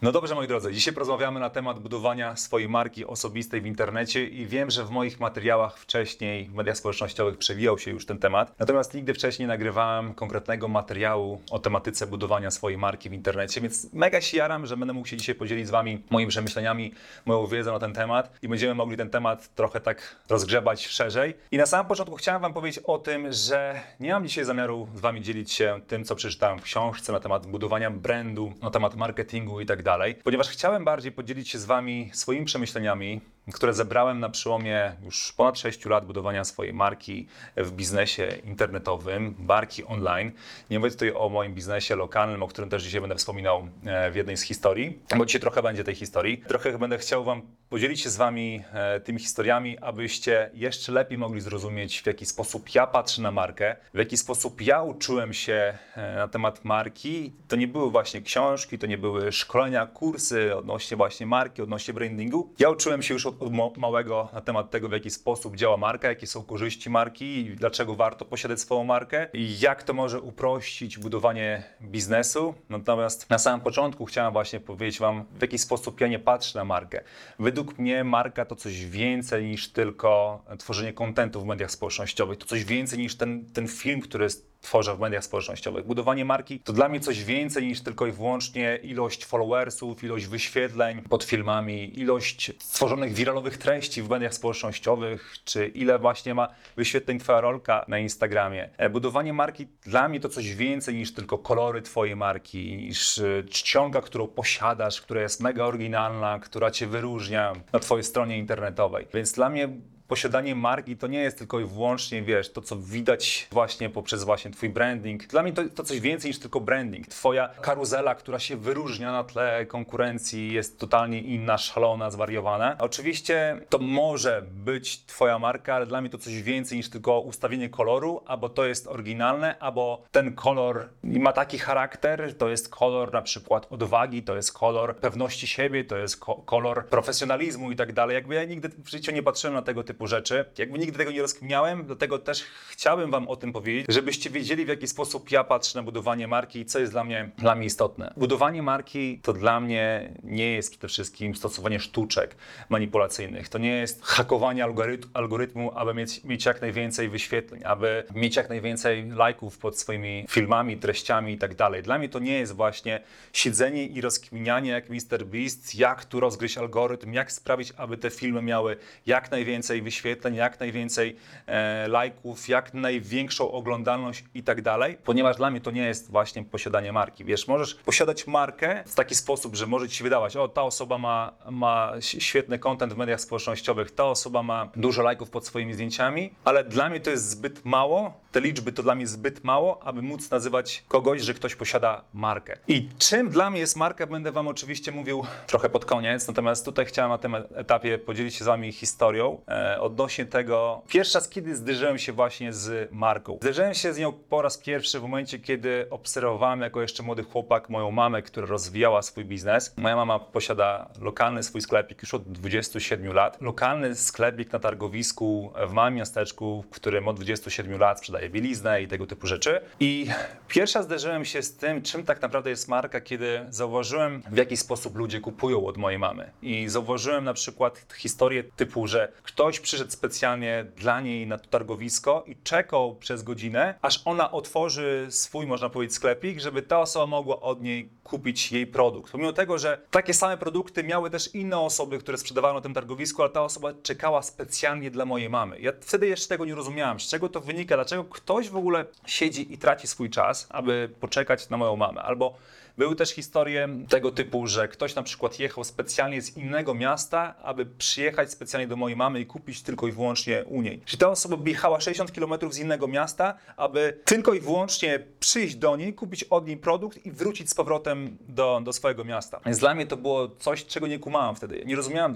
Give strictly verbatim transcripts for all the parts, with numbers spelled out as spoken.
No dobrze, moi drodzy, dzisiaj porozmawiamy na temat budowania swojej marki osobistej w internecie i wiem, że w moich materiałach wcześniej w mediach społecznościowych przewijał się już ten temat, natomiast nigdy wcześniej nie nagrywałem konkretnego materiału o tematyce budowania swojej marki w internecie, więc mega się jaram, że będę mógł się dzisiaj podzielić z Wami moimi przemyśleniami, moją wiedzą na ten temat i będziemy mogli ten temat trochę tak rozgrzebać szerzej. I na samym początku chciałem Wam powiedzieć o tym, że nie mam dzisiaj zamiaru z Wami dzielić się tym, co przeczytałem w książce na temat budowania brandu, na temat marketingu i tak dalej. Ponieważ chciałem bardziej podzielić się z Wami swoimi przemyśleniami, które zebrałem na przełomie już ponad sześciu lat budowania swojej marki w biznesie internetowym, marki online. Nie mówię tutaj o moim biznesie lokalnym, o którym też dzisiaj będę wspominał w jednej z historii, bo dzisiaj trochę będzie tej historii. Trochę będę chciał Wam podzielić się z Wami tymi historiami, abyście jeszcze lepiej mogli zrozumieć, w jaki sposób ja patrzę na markę, w jaki sposób ja uczyłem się na temat marki. To nie były właśnie książki, to nie były szkolenia, kursy odnośnie właśnie marki, odnośnie brandingu. Ja uczyłem się już od, od małego na temat tego, w jaki sposób działa marka, jakie są korzyści marki i dlaczego warto posiadać swoją markę i jak to może uprościć budowanie biznesu. Natomiast na samym początku chciałem właśnie powiedzieć Wam, w jaki sposób ja nie patrzę na markę. Według mnie marka to coś więcej niż tylko tworzenie kontentu w mediach społecznościowych, to coś więcej niż ten, ten film, który jest tworzę w mediach społecznościowych. Budowanie marki to dla mnie coś więcej niż tylko i wyłącznie ilość followersów, ilość wyświetleń pod filmami, ilość stworzonych wiralowych treści w mediach społecznościowych, czy ile właśnie ma wyświetleń Twoja rolka na Instagramie. Budowanie marki dla mnie to coś więcej niż tylko kolory Twojej marki, niż czcionka, którą posiadasz, która jest mega oryginalna, która Cię wyróżnia na Twojej stronie internetowej. Więc dla mnie posiadanie marki to nie jest tylko i wyłącznie, wiesz, to co widać właśnie poprzez właśnie Twój branding. Dla mnie to, to coś więcej niż tylko branding. Twoja karuzela, która się wyróżnia na tle konkurencji, jest totalnie inna, szalona, zwariowana. Oczywiście to może być Twoja marka, ale dla mnie to coś więcej niż tylko ustawienie koloru, albo to jest oryginalne, albo ten kolor ma taki charakter, to jest kolor na przykład odwagi, to jest kolor pewności siebie, to jest ko- kolor profesjonalizmu i tak dalej. Jakby ja nigdy w życiu nie patrzyłem na tego typu rzeczy. Jakby nigdy tego nie rozkminiałem, dlatego też chciałbym Wam o tym powiedzieć, żebyście wiedzieli, w jaki sposób ja patrzę na budowanie marki i co jest dla mnie, dla mnie istotne. Budowanie marki to dla mnie nie jest przede wszystkim stosowanie sztuczek manipulacyjnych. To nie jest hakowanie algoryt- algorytmu, aby mieć, mieć jak najwięcej wyświetleń, aby mieć jak najwięcej lajków pod swoimi filmami, treściami i tak dalej. Dla mnie to nie jest właśnie siedzenie i rozkminianie jak mister Beast, jak tu rozgryźć algorytm, jak sprawić, aby te filmy miały jak najwięcej wyświetleń, jak najwięcej e, lajków, jak największą oglądalność i tak dalej, ponieważ dla mnie to nie jest właśnie posiadanie marki. Wiesz, możesz posiadać markę w taki sposób, że może Ci się wydawać, o, ta osoba ma, ma świetny content w mediach społecznościowych, ta osoba ma dużo lajków pod swoimi zdjęciami, ale dla mnie to jest zbyt mało, te liczby to dla mnie zbyt mało, aby móc nazywać kogoś, że ktoś posiada markę. I czym dla mnie jest marka, będę Wam oczywiście mówił trochę pod koniec, natomiast tutaj chciałem na tym etapie podzielić się z Wami historią e, odnośnie tego, pierwszy raz, kiedy zderzyłem się właśnie z marką. Zderzyłem się z nią po raz pierwszy w momencie, kiedy obserwowałem jako jeszcze młody chłopak moją mamę, która rozwijała swój biznes. Moja mama posiada lokalny swój sklepik już od dwudziestu siedmiu lat. Lokalny sklepik na targowisku w małym miasteczku, w którym od dwudziestu siedmiu lat sprzedaje bieliznę i tego typu rzeczy. I pierwszy raz zderzyłem się z tym, czym tak naprawdę jest marka, kiedy zauważyłem, w jaki sposób ludzie kupują od mojej mamy. I zauważyłem na przykład historię typu, że ktoś przyszedł specjalnie dla niej na to targowisko i czekał przez godzinę, aż ona otworzy swój, można powiedzieć, sklepik, żeby ta osoba mogła od niej kupić jej produkt. Pomimo tego, że takie same produkty miały też inne osoby, które sprzedawały na tym targowisku, ale ta osoba czekała specjalnie dla mojej mamy. Ja wtedy jeszcze tego nie rozumiałem, z czego to wynika, dlaczego ktoś w ogóle siedzi i traci swój czas, aby poczekać na moją mamę. Albo były też historie tego typu, że ktoś na przykład jechał specjalnie z innego miasta, aby przyjechać specjalnie do mojej mamy i kupić tylko i wyłącznie u niej. Czyli ta osoba jechała sześćdziesiąt kilometrów z innego miasta, aby tylko i wyłącznie przyjść do niej, kupić od niej produkt i wrócić z powrotem do, do swojego miasta. Więc dla mnie to było coś, czego nie kumałem wtedy. Nie rozumiałem,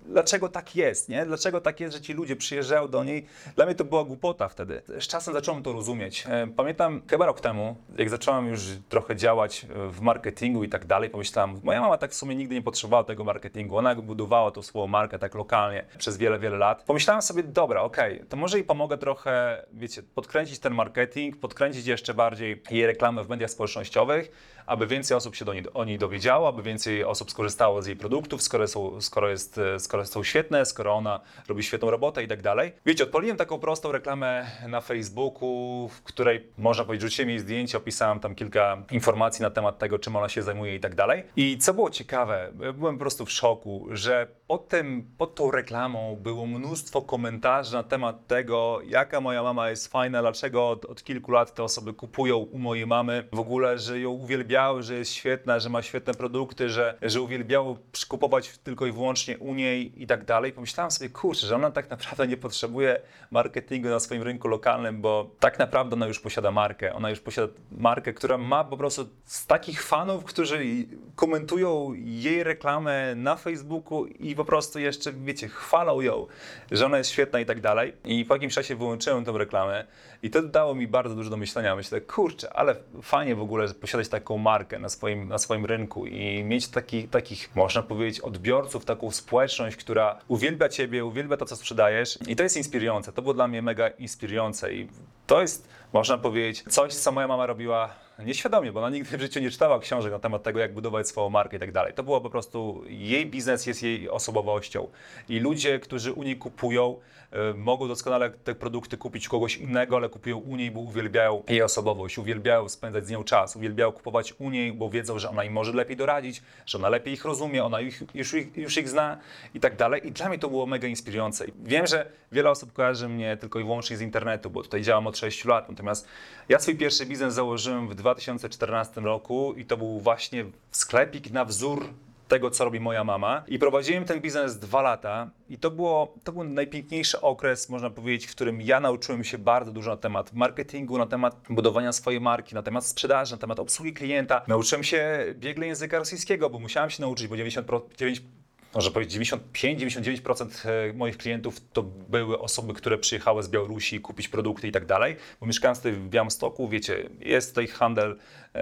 dlaczego tak jest, nie? Dlaczego tak jest, że ci ludzie przyjeżdżają do niej? Dla mnie to była głupota wtedy. Z czasem zacząłem to rozumieć. Pamiętam chyba rok temu, jak zacząłem już trochę działać w marketingu i tak dalej, pomyślałem, moja mama tak w sumie nigdy nie potrzebowała tego marketingu. Ona budowała tą swoją markę tak lokalnie przez wiele, wiele lat. Pomyślałem sobie, dobra, okej, okay, to może jej pomogę trochę, wiecie, podkręcić ten marketing, podkręcić jeszcze bardziej jej reklamę w mediach społecznościowych, aby więcej osób się do niej, o niej dowiedziało, aby więcej osób skorzystało z jej produktów, skoro są, skoro, jest, skoro są świetne, skoro ona robi świetną robotę i tak dalej. Wiecie, odpaliłem taką prostą reklamę na Facebooku, w której, można powiedzieć, rzuciłem jej zdjęcie, opisałem tam kilka informacji na temat tego, czym ona się zajmuje i tak dalej. I co było ciekawe, byłem po prostu w szoku, że pod, tym, pod tą reklamą było mnóstwo komentarzy na temat tego, jaka moja mama jest fajna, dlaczego od, od kilku lat te osoby kupują u mojej mamy, w ogóle, że ją uwielbiały, że jest świetna, że ma świetne produkty, że, że uwielbiało kupować tylko i wyłącznie u niej i tak dalej. Pomyślałem sobie, kurczę, że ona tak naprawdę nie potrzebuje marketingu na swoim rynku lokalnym, bo tak naprawdę ona już posiada markę. Ona już posiada markę, która ma po prostu z takich fanów, którzy komentują jej reklamę na Facebooku i po prostu jeszcze, wiecie, chwalą ją, że ona jest świetna i tak dalej. I po jakimś czasie wyłączyłem tę reklamę i to dało mi bardzo dużo do myślenia. Myślę, kurczę, ale fajnie w ogóle posiadać taką markę na swoim, na swoim rynku i mieć taki, takich, można powiedzieć, odbiorców, taką społeczność, która uwielbia ciebie, uwielbia to, co sprzedajesz i to jest inspirujące. To było dla mnie mega inspirujące i to jest, można powiedzieć, coś, co moja mama robiła nieświadomie, bo ona nigdy w życiu nie czytała książek na temat tego, jak budować swoją markę i tak dalej. To było po prostu, jej biznes jest jej osobowością i ludzie, którzy u niej kupują, y, mogą doskonale te produkty kupić u kogoś innego, ale kupują u niej, bo uwielbiają jej osobowość, uwielbiają spędzać z nią czas, uwielbiają kupować u niej, bo wiedzą, że ona im może lepiej doradzić, że ona lepiej ich rozumie, ona ich, już, ich, już ich zna i tak dalej. I dla mnie to było mega inspirujące. I wiem, że wiele osób kojarzy mnie tylko i wyłącznie z internetu, bo tutaj działam od sześciu lat, natomiast ja swój pierwszy biznes założyłem w dwa tysiące czternastym roku i to był właśnie sklepik na wzór tego, co robi moja mama. I prowadziłem ten biznes dwa lata i to, było, to był najpiękniejszy okres, można powiedzieć, w którym ja nauczyłem się bardzo dużo na temat marketingu, na temat budowania swojej marki, na temat sprzedaży, na temat obsługi klienta. Nauczyłem się biegle języka rosyjskiego, bo musiałem się nauczyć, bo dziewięćdziesiąt dziewięć Może powiedzieć dziewięćdziesiąt pięć do dziewięćdziesięciu dziewięciu procent moich klientów to były osoby, które przyjechały z Białorusi kupić produkty i tak dalej, bo mieszkając tutaj w Białymstoku, wiecie, jest tutaj handel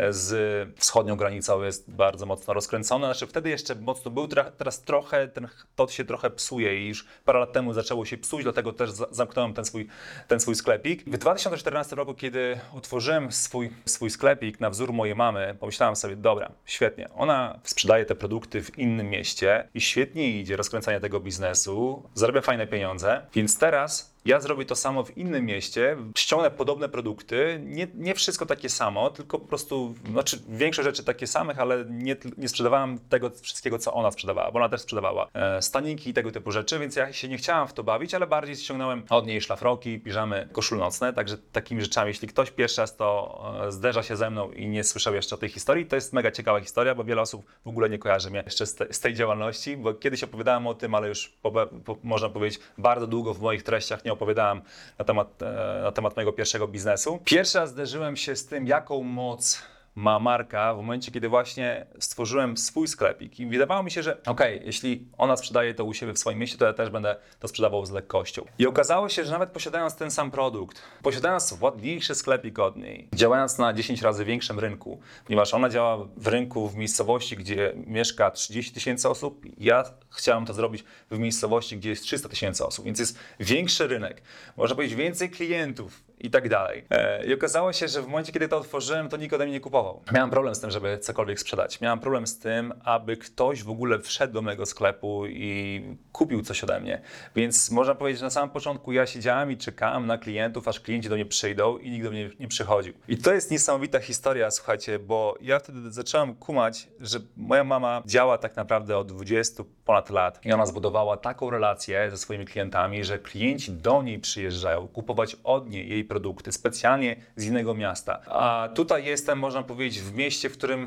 z wschodnią granicą, jest bardzo mocno rozkręcony, znaczy wtedy jeszcze mocno był, teraz trochę, ten, to się trochę psuje i już parę lat temu zaczęło się psuć, dlatego też zamknąłem ten swój, ten swój sklepik. W dwa tysiące czternastym roku, kiedy otworzyłem swój, swój sklepik na wzór mojej mamy, pomyślałem sobie, dobra, świetnie, ona sprzedaje te produkty w innym mieście i świetnie idzie rozkręcanie tego biznesu, zarabia fajne pieniądze, więc teraz ja zrobię to samo w innym mieście, ściągnę podobne produkty, nie, nie wszystko takie samo, tylko po prostu, znaczy większość rzeczy takie samych, ale nie, nie sprzedawałem tego wszystkiego, co ona sprzedawała, bo ona też sprzedawała e, staniki i tego typu rzeczy, więc ja się nie chciałem w to bawić, ale bardziej ściągnąłem od niej szlafroki, piżamy, koszule nocne, także takimi rzeczami, jeśli ktoś pierwszy raz to e, zderza się ze mną i nie słyszał jeszcze o tej historii, to jest mega ciekawa historia, bo wiele osób w ogóle nie kojarzy mnie jeszcze z, te, z tej działalności, bo kiedyś opowiadałem o tym, ale już po, po, można powiedzieć bardzo długo w moich treściach nie opowiadałem na temat, na temat mojego pierwszego biznesu. Pierwszy raz zderzyłem się z tym, jaką moc ma marka w momencie, kiedy właśnie stworzyłem swój sklepik i wydawało mi się, że okej, okay, jeśli ona sprzedaje to u siebie w swoim mieście, to ja też będę to sprzedawał z lekkością. I okazało się, że nawet posiadając ten sam produkt, posiadając ładniejszy sklepik od niej, działając na dziesięć razy większym rynku, ponieważ ona działa w rynku w miejscowości, gdzie mieszka trzydzieści tysięcy osób, ja chciałem to zrobić w miejscowości, gdzie jest trzysta tysięcy osób, więc jest większy rynek, można powiedzieć więcej klientów i tak dalej. I okazało się, że w momencie, kiedy to otworzyłem, to nikt ode mnie nie kupował. Miałem problem z tym, żeby cokolwiek sprzedać. Miałem problem z tym, aby ktoś w ogóle wszedł do mojego sklepu i kupił coś ode mnie. Więc można powiedzieć, że na samym początku ja siedziałem i czekałem na klientów, aż klienci do mnie przyjdą i nikt do mnie nie przychodził. I to jest niesamowita historia, słuchajcie, bo ja wtedy zacząłem kumać, że moja mama działa tak naprawdę od dwudziestu ponad lat i ona zbudowała taką relację ze swoimi klientami, że klienci do niej przyjeżdżają kupować od niej jej produkty specjalnie z innego miasta. A tutaj jestem, można powiedzieć, w mieście, w którym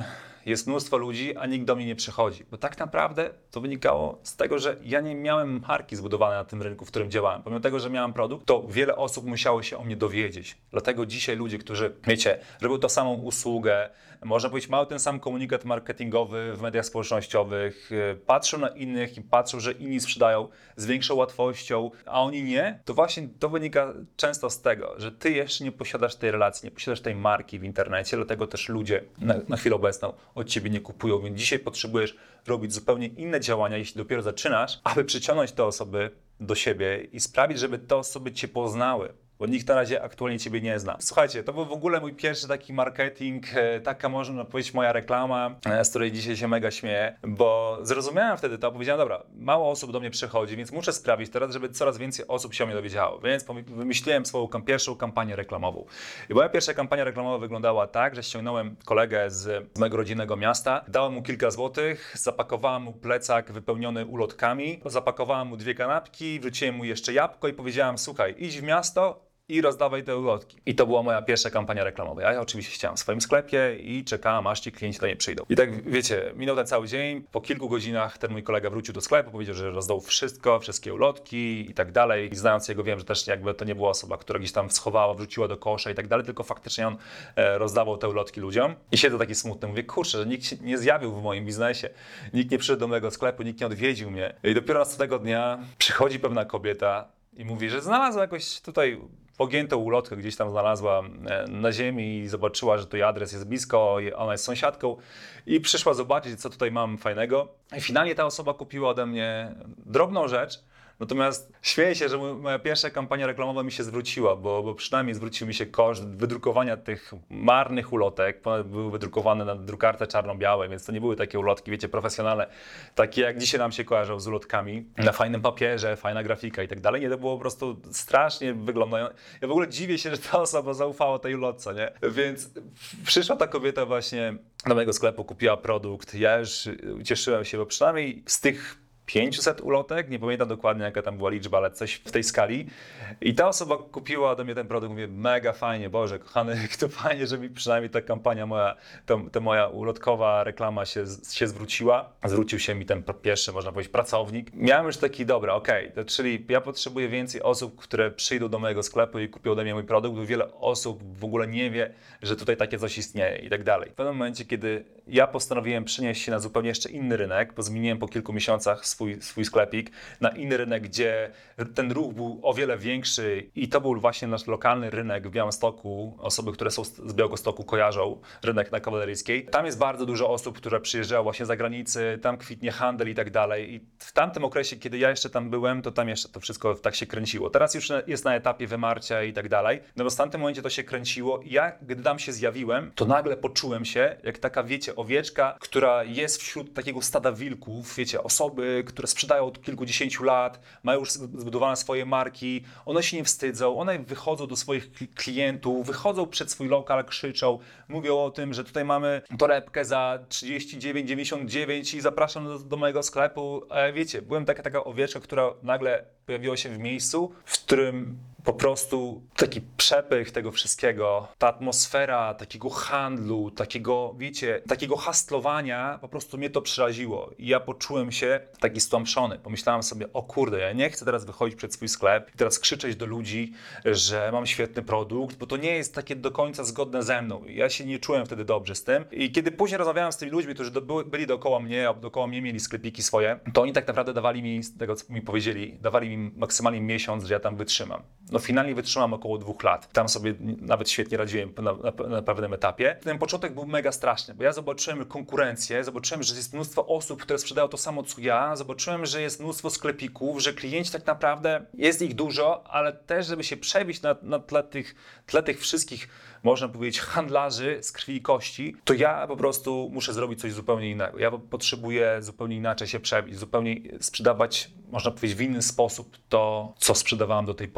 jest mnóstwo ludzi, a nikt do mnie nie przychodzi. Bo tak naprawdę to wynikało z tego, że ja nie miałem marki zbudowanej na tym rynku, w którym działałem. Pomimo tego, że miałem produkt, to wiele osób musiało się o mnie dowiedzieć. Dlatego dzisiaj ludzie, którzy, wiecie, robią tą samą usługę, można powiedzieć, mają ten sam komunikat marketingowy w mediach społecznościowych, patrzą na innych i patrzą, że inni sprzedają z większą łatwością, a oni nie, to właśnie to wynika często z tego, że ty jeszcze nie posiadasz tej relacji, nie posiadasz tej marki w internecie, dlatego też ludzie na, na chwilę obecną od ciebie nie kupują, więc dzisiaj potrzebujesz robić zupełnie inne działania, jeśli dopiero zaczynasz, aby przyciągnąć te osoby do siebie i sprawić, żeby te osoby cię poznały. Bo nikt na razie aktualnie ciebie nie zna. Słuchajcie, to był w ogóle mój pierwszy taki marketing, taka można powiedzieć moja reklama, z której dzisiaj się mega śmieję, bo zrozumiałem wtedy to, powiedziałem, dobra, mało osób do mnie przychodzi, więc muszę sprawić teraz, żeby coraz więcej osób się o mnie dowiedziało. Więc wymyśliłem swoją pierwszą kampanię reklamową. I moja pierwsza kampania reklamowa wyglądała tak, że ściągnąłem kolegę z, z mojego rodzinnego miasta, dałem mu kilka złotych, zapakowałem mu plecak wypełniony ulotkami, zapakowałem mu dwie kanapki, wrzuciłem mu jeszcze jabłko i powiedziałem, słuchaj, idź w miasto i rozdawaj te ulotki. I to była moja pierwsza kampania reklamowa. Ja oczywiście chciałem w swoim sklepie i czekałem, aż ci klienci do mnie przyjdą. I tak, wiecie, minął ten cały dzień. Po kilku godzinach ten mój kolega wrócił do sklepu, powiedział, że rozdał wszystko, wszystkie ulotki i tak dalej. I znając jego, wiem, że też jakby to nie była osoba, która gdzieś tam schowała, wrzuciła do kosza i tak dalej, tylko faktycznie on e, rozdawał te ulotki ludziom. I siedzę taki smutny, mówię, kurczę, że nikt się nie zjawił w moim biznesie. Nikt nie przyszedł do mojego sklepu, nikt nie odwiedził mnie. I dopiero następnego dnia przychodzi pewna kobieta i mówi, że znalazła jakoś tutaj pogiętą ulotkę, gdzieś tam znalazła na ziemi i zobaczyła, że tu adres jest blisko, ona jest sąsiadką i przyszła zobaczyć, co tutaj mam fajnego. I finalnie ta osoba kupiła ode mnie drobną rzecz, natomiast śmieję się, że moja pierwsza kampania reklamowa mi się zwróciła, bo, bo przynajmniej zwrócił mi się koszt wydrukowania tych marnych ulotek. Były wydrukowane na drukarce czarno-białej, więc to nie były takie ulotki, wiecie, profesjonalne, takie jak dzisiaj nam się kojarzą z ulotkami, na fajnym papierze, fajna grafika i tak dalej. Nie, to było po prostu strasznie wyglądające. Ja w ogóle dziwię się, że ta osoba zaufała tej ulotce, nie? Więc przyszła ta kobieta właśnie do mojego sklepu, kupiła produkt. Ja już cieszyłem się, bo przynajmniej z tych pięćset ulotek, nie pamiętam dokładnie jaka tam była liczba, ale coś w tej skali. I ta osoba kupiła ode mnie ten produkt, mówię, mega fajnie, Boże, kochany, jak to fajnie, że mi przynajmniej ta kampania moja, to, to moja ulotkowa reklama się, się zwróciła. Zwrócił się mi ten pierwszy, można powiedzieć, pracownik. Miałem już taki, dobra, okej, okay, czyli ja potrzebuję więcej osób, które przyjdą do mojego sklepu i kupią ode mnie mój produkt, bo wiele osób w ogóle nie wie, że tutaj takie coś istnieje i tak dalej. W pewnym momencie, kiedy ja postanowiłem przenieść się na zupełnie jeszcze inny rynek, bo zmieniłem po kilku miesiącach swój, swój sklepik na inny rynek, gdzie ten ruch był o wiele większy i to był właśnie nasz lokalny rynek w Białymstoku. Osoby, które są z Białegostoku kojarzą rynek na Kawaleryjskiej. Tam jest bardzo dużo osób, które przyjeżdżają właśnie z zagranicy, tam kwitnie handel i tak dalej. I w tamtym okresie, kiedy ja jeszcze tam byłem, to tam jeszcze to wszystko tak się kręciło. Teraz już jest na etapie wymarcia i tak dalej. No bo w tamtym momencie to się kręciło i ja, gdy tam się zjawiłem, to nagle poczułem się jak taka, wiecie, owieczka, która jest wśród takiego stada wilków, wiecie, osoby, które sprzedają od kilkudziesięciu lat, mają już zbudowane swoje marki, one się nie wstydzą, one wychodzą do swoich klientów, wychodzą przed swój lokal, krzyczą, mówią o tym, że tutaj mamy torebkę za trzydzieści dziewięć dziewięćdziesiąt dziewięć i zapraszam do, do mojego sklepu. A wiecie, byłem taka, taka owieczka, która nagle pojawiła się w miejscu, w którym po prostu taki przepych tego wszystkiego, ta atmosfera takiego handlu, takiego, wiecie, takiego hastlowania, po prostu mnie to przeraziło. I ja poczułem się taki stłamszony. Pomyślałem sobie, o kurde, ja nie chcę teraz wychodzić przed swój sklep i teraz krzyczeć do ludzi, że mam świetny produkt, bo to nie jest takie do końca zgodne ze mną. Ja się nie czułem wtedy dobrze z tym. I kiedy później rozmawiałem z tymi ludźmi, którzy do, byli dookoła mnie, a dookoła mnie mieli sklepiki swoje, to oni tak naprawdę dawali mi, z tego co mi powiedzieli, dawali mi maksymalnie miesiąc, że ja tam wytrzymam. No finalnie wytrzymam około dwóch lat. Tam sobie nawet świetnie radziłem na, na, na pewnym etapie. Ten początek był mega straszny, bo ja zobaczyłem konkurencję, zobaczyłem, że jest mnóstwo osób, które sprzedają to samo co ja, zobaczyłem, że jest mnóstwo sklepików, że klienci tak naprawdę, jest ich dużo, ale też, żeby się przebić na, na tle, tych, tle tych wszystkich, można powiedzieć, handlarzy z krwi i kości, to ja po prostu muszę zrobić coś zupełnie innego. Ja potrzebuję zupełnie inaczej się przebić, zupełnie sprzedawać, można powiedzieć, w inny sposób to, co sprzedawałem do tej pory. To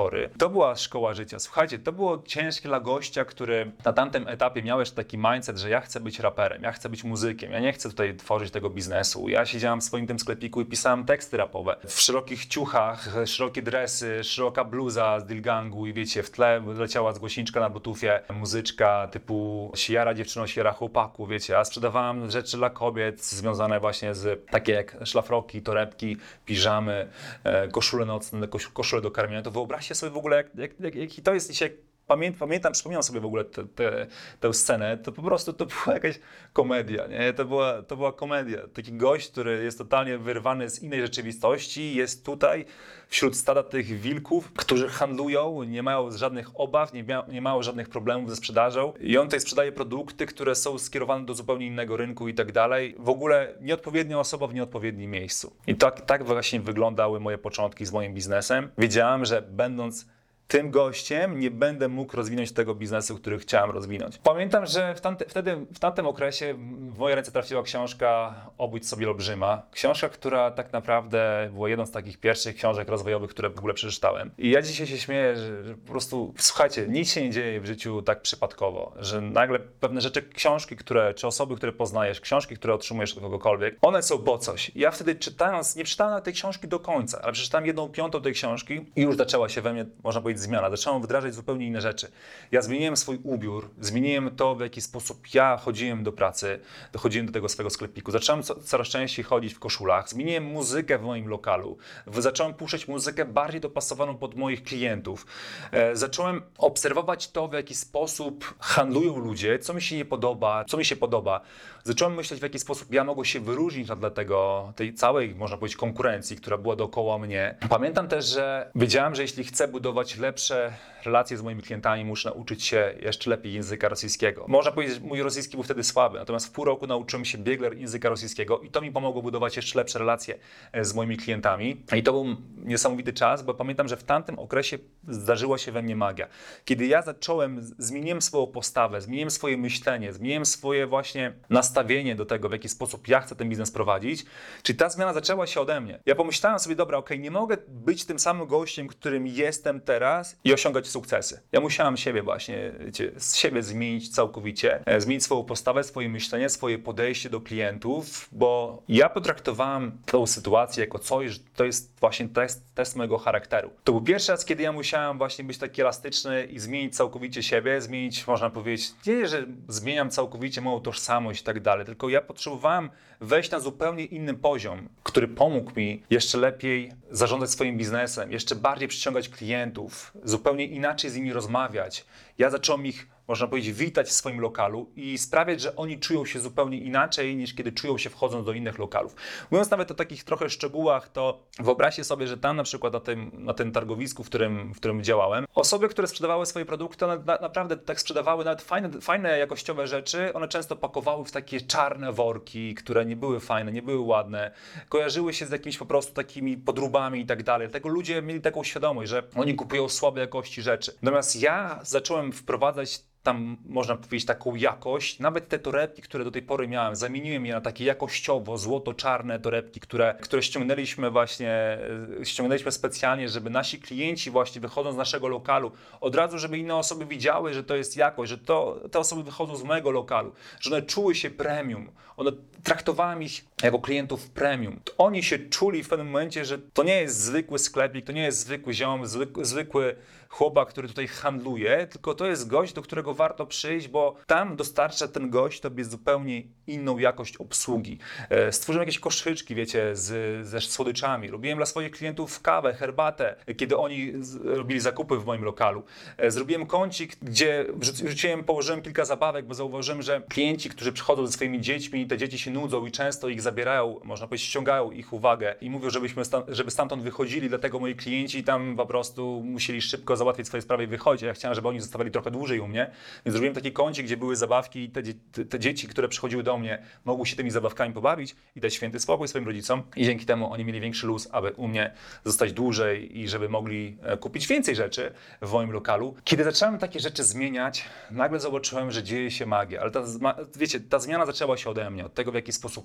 to była szkoła życia. Słuchajcie, to było ciężkie dla gościa, który na tamtym etapie miał jeszcze taki mindset, że ja chcę być raperem, ja chcę być muzykiem, ja nie chcę tutaj tworzyć tego biznesu. Ja siedziałem w swoim tym sklepiku i pisałem teksty rapowe. W szerokich ciuchach, szerokie dresy, szeroka bluza z Dilgangu i wiecie, w tle leciała z głośniczka na bluetoothie muzyczka typu siara dziewczyno, siara chłopaku, wiecie. A sprzedawałem rzeczy dla kobiet związane właśnie z takie jak szlafroki, torebki, piżamy, koszule nocne, koszule do karmienia. To wyobraźcie sobie w ogóle, jak, jak, jak, jak to jest dzisiaj. Pamiętam, pamiętam, przypominam sobie w ogóle te, te, tę scenę, to po prostu to była jakaś komedia, nie? To była, to była komedia. Taki gość, który jest totalnie wyrwany z innej rzeczywistości, jest tutaj wśród stada tych wilków, którzy handlują, nie mają żadnych obaw, nie, mia, nie mają żadnych problemów ze sprzedażą i on tutaj sprzedaje produkty, które są skierowane do zupełnie innego rynku i tak dalej. W ogóle nieodpowiednia osoba w nieodpowiednim miejscu. I tak, tak właśnie wyglądały moje początki z moim biznesem. Wiedziałem, że będąc tym gościem nie będę mógł rozwinąć tego biznesu, który chciałem rozwinąć. Pamiętam, że w tamte, wtedy, w tamtym okresie w moje ręce trafiła książka Obudź sobie olbrzyma. Książka, która tak naprawdę była jedną z takich pierwszych książek rozwojowych, które w ogóle przeczytałem. I ja dzisiaj się śmieję, że, że po prostu, słuchajcie, nic się nie dzieje w życiu tak przypadkowo, że nagle pewne rzeczy, książki, które, czy osoby, które poznajesz, książki, które otrzymujesz od kogokolwiek, one są po coś. I ja wtedy czytając, nie czytałem tej książki do końca, ale przeczytałem jedną piątą tej książki i już zaczęła się we mnie, można powiedzieć, zmiana. Zacząłem wdrażać zupełnie inne rzeczy. Ja zmieniłem swój ubiór, zmieniłem to, w jaki sposób ja chodziłem do pracy, dochodziłem do tego swojego sklepiku. Zacząłem co, coraz częściej chodzić w koszulach, zmieniłem muzykę w moim lokalu, zacząłem puszczać muzykę bardziej dopasowaną pod moich klientów. E, zacząłem obserwować to, w jaki sposób handlują ludzie, co mi się nie podoba, co mi się podoba. Zacząłem myśleć, w jaki sposób ja mogę się wyróżnić dla tego, tej całej, można powiedzieć, konkurencji, która była dookoła mnie. Pamiętam też, że wiedziałem, że jeśli chcę budować lepsze relacje z moimi klientami, muszę nauczyć się jeszcze lepiej języka rosyjskiego. Można powiedzieć, że mój rosyjski był wtedy słaby, natomiast w pół roku nauczyłem się biegler języka rosyjskiego i to mi pomogło budować jeszcze lepsze relacje z moimi klientami. I to był niesamowity czas, bo pamiętam, że w tamtym okresie zdarzyła się we mnie magia. Kiedy ja zacząłem, zmieniłem swoją postawę, zmieniłem swoje myślenie, zmieniłem swoje właśnie nastawienie do tego, w jaki sposób ja chcę ten biznes prowadzić, czyli ta zmiana zaczęła się ode mnie. Ja pomyślałem sobie, dobra, okej, nie mogę być tym samym gościem, którym jestem teraz i osiągać sukcesy. Ja musiałem siebie właśnie, wiecie, z siebie zmienić całkowicie, zmienić swoją postawę, swoje myślenie, swoje podejście do klientów, bo ja potraktowałem tą sytuację jako coś, że to jest właśnie test, test mojego charakteru. To był pierwszy raz, kiedy ja musiałem właśnie być taki elastyczny i zmienić całkowicie siebie, zmienić, można powiedzieć, nie, że zmieniam całkowicie moją tożsamość i tak dalej, tylko ja potrzebowałem wejść na zupełnie inny poziom, który pomógł mi jeszcze lepiej zarządzać swoim biznesem, jeszcze bardziej przyciągać klientów, zupełnie inaczej z nimi rozmawiać. Ja zacząłem ich, można powiedzieć, witać w swoim lokalu i sprawiać, że oni czują się zupełnie inaczej niż kiedy czują się wchodząc do innych lokalów. Mówiąc nawet o takich trochę szczegółach, to wyobraźcie sobie, że tam na przykład na tym, na tym targowisku, w którym, w którym działałem, osoby, które sprzedawały swoje produkty, one na, naprawdę tak sprzedawały nawet fajne, fajne jakościowe rzeczy, one często pakowały w takie czarne worki, które nie były fajne, nie były ładne, kojarzyły się z jakimiś po prostu takimi podróbami i tak dalej. Dlatego ludzie mieli taką świadomość, że oni kupują słabe jakości rzeczy. Natomiast ja zacząłem wprowadzać tam, można powiedzieć, taką jakość. Nawet te torebki, które do tej pory miałem, zamieniłem je na takie jakościowo złoto-czarne torebki, które, które ściągnęliśmy właśnie, ściągnęliśmy specjalnie, żeby nasi klienci właśnie wychodząc z naszego lokalu, od razu, żeby inne osoby widziały, że to jest jakość, że to, te osoby wychodzą z mojego lokalu, że one czuły się premium. One, traktowałem ich jako klientów premium. To oni się czuli w pewnym momencie, że to nie jest zwykły sklepik, to nie jest zwykły ziom, zwykły, zwykły chłopak, który tutaj handluje, tylko to jest gość, do którego warto przyjść, bo tam dostarcza ten gość tobie zupełnie inną jakość obsługi. Stworzyłem jakieś koszyczki, wiecie, z, ze słodyczami. Robiłem dla swoich klientów kawę, herbatę, kiedy oni robili zakupy w moim lokalu. Zrobiłem kącik, gdzie wrzuciłem, położyłem kilka zabawek, bo zauważyłem, że klienci, którzy przychodzą ze swoimi dziećmi, te dzieci się nudzą i często ich zabierają, można powiedzieć, ściągają ich uwagę i mówią, żebyśmy stam, żeby stamtąd wychodzili, dlatego moi klienci tam po prostu musieli szybko załatwić swoje sprawy i wychodzić. Ja chciałem, żeby oni zostawali trochę dłużej u mnie, więc zrobiłem taki kącik, gdzie były zabawki i te, te, te dzieci, które przychodziły do mnie, mogły się tymi zabawkami pobawić i dać święty spokój swoim rodzicom i dzięki temu oni mieli większy luz, aby u mnie zostać dłużej i żeby mogli kupić więcej rzeczy w moim lokalu. Kiedy zacząłem takie rzeczy zmieniać, nagle zobaczyłem, że dzieje się magia, ale ta, wiecie, ta zmiana zaczęła się ode mnie, od tego, w jaki sposób ja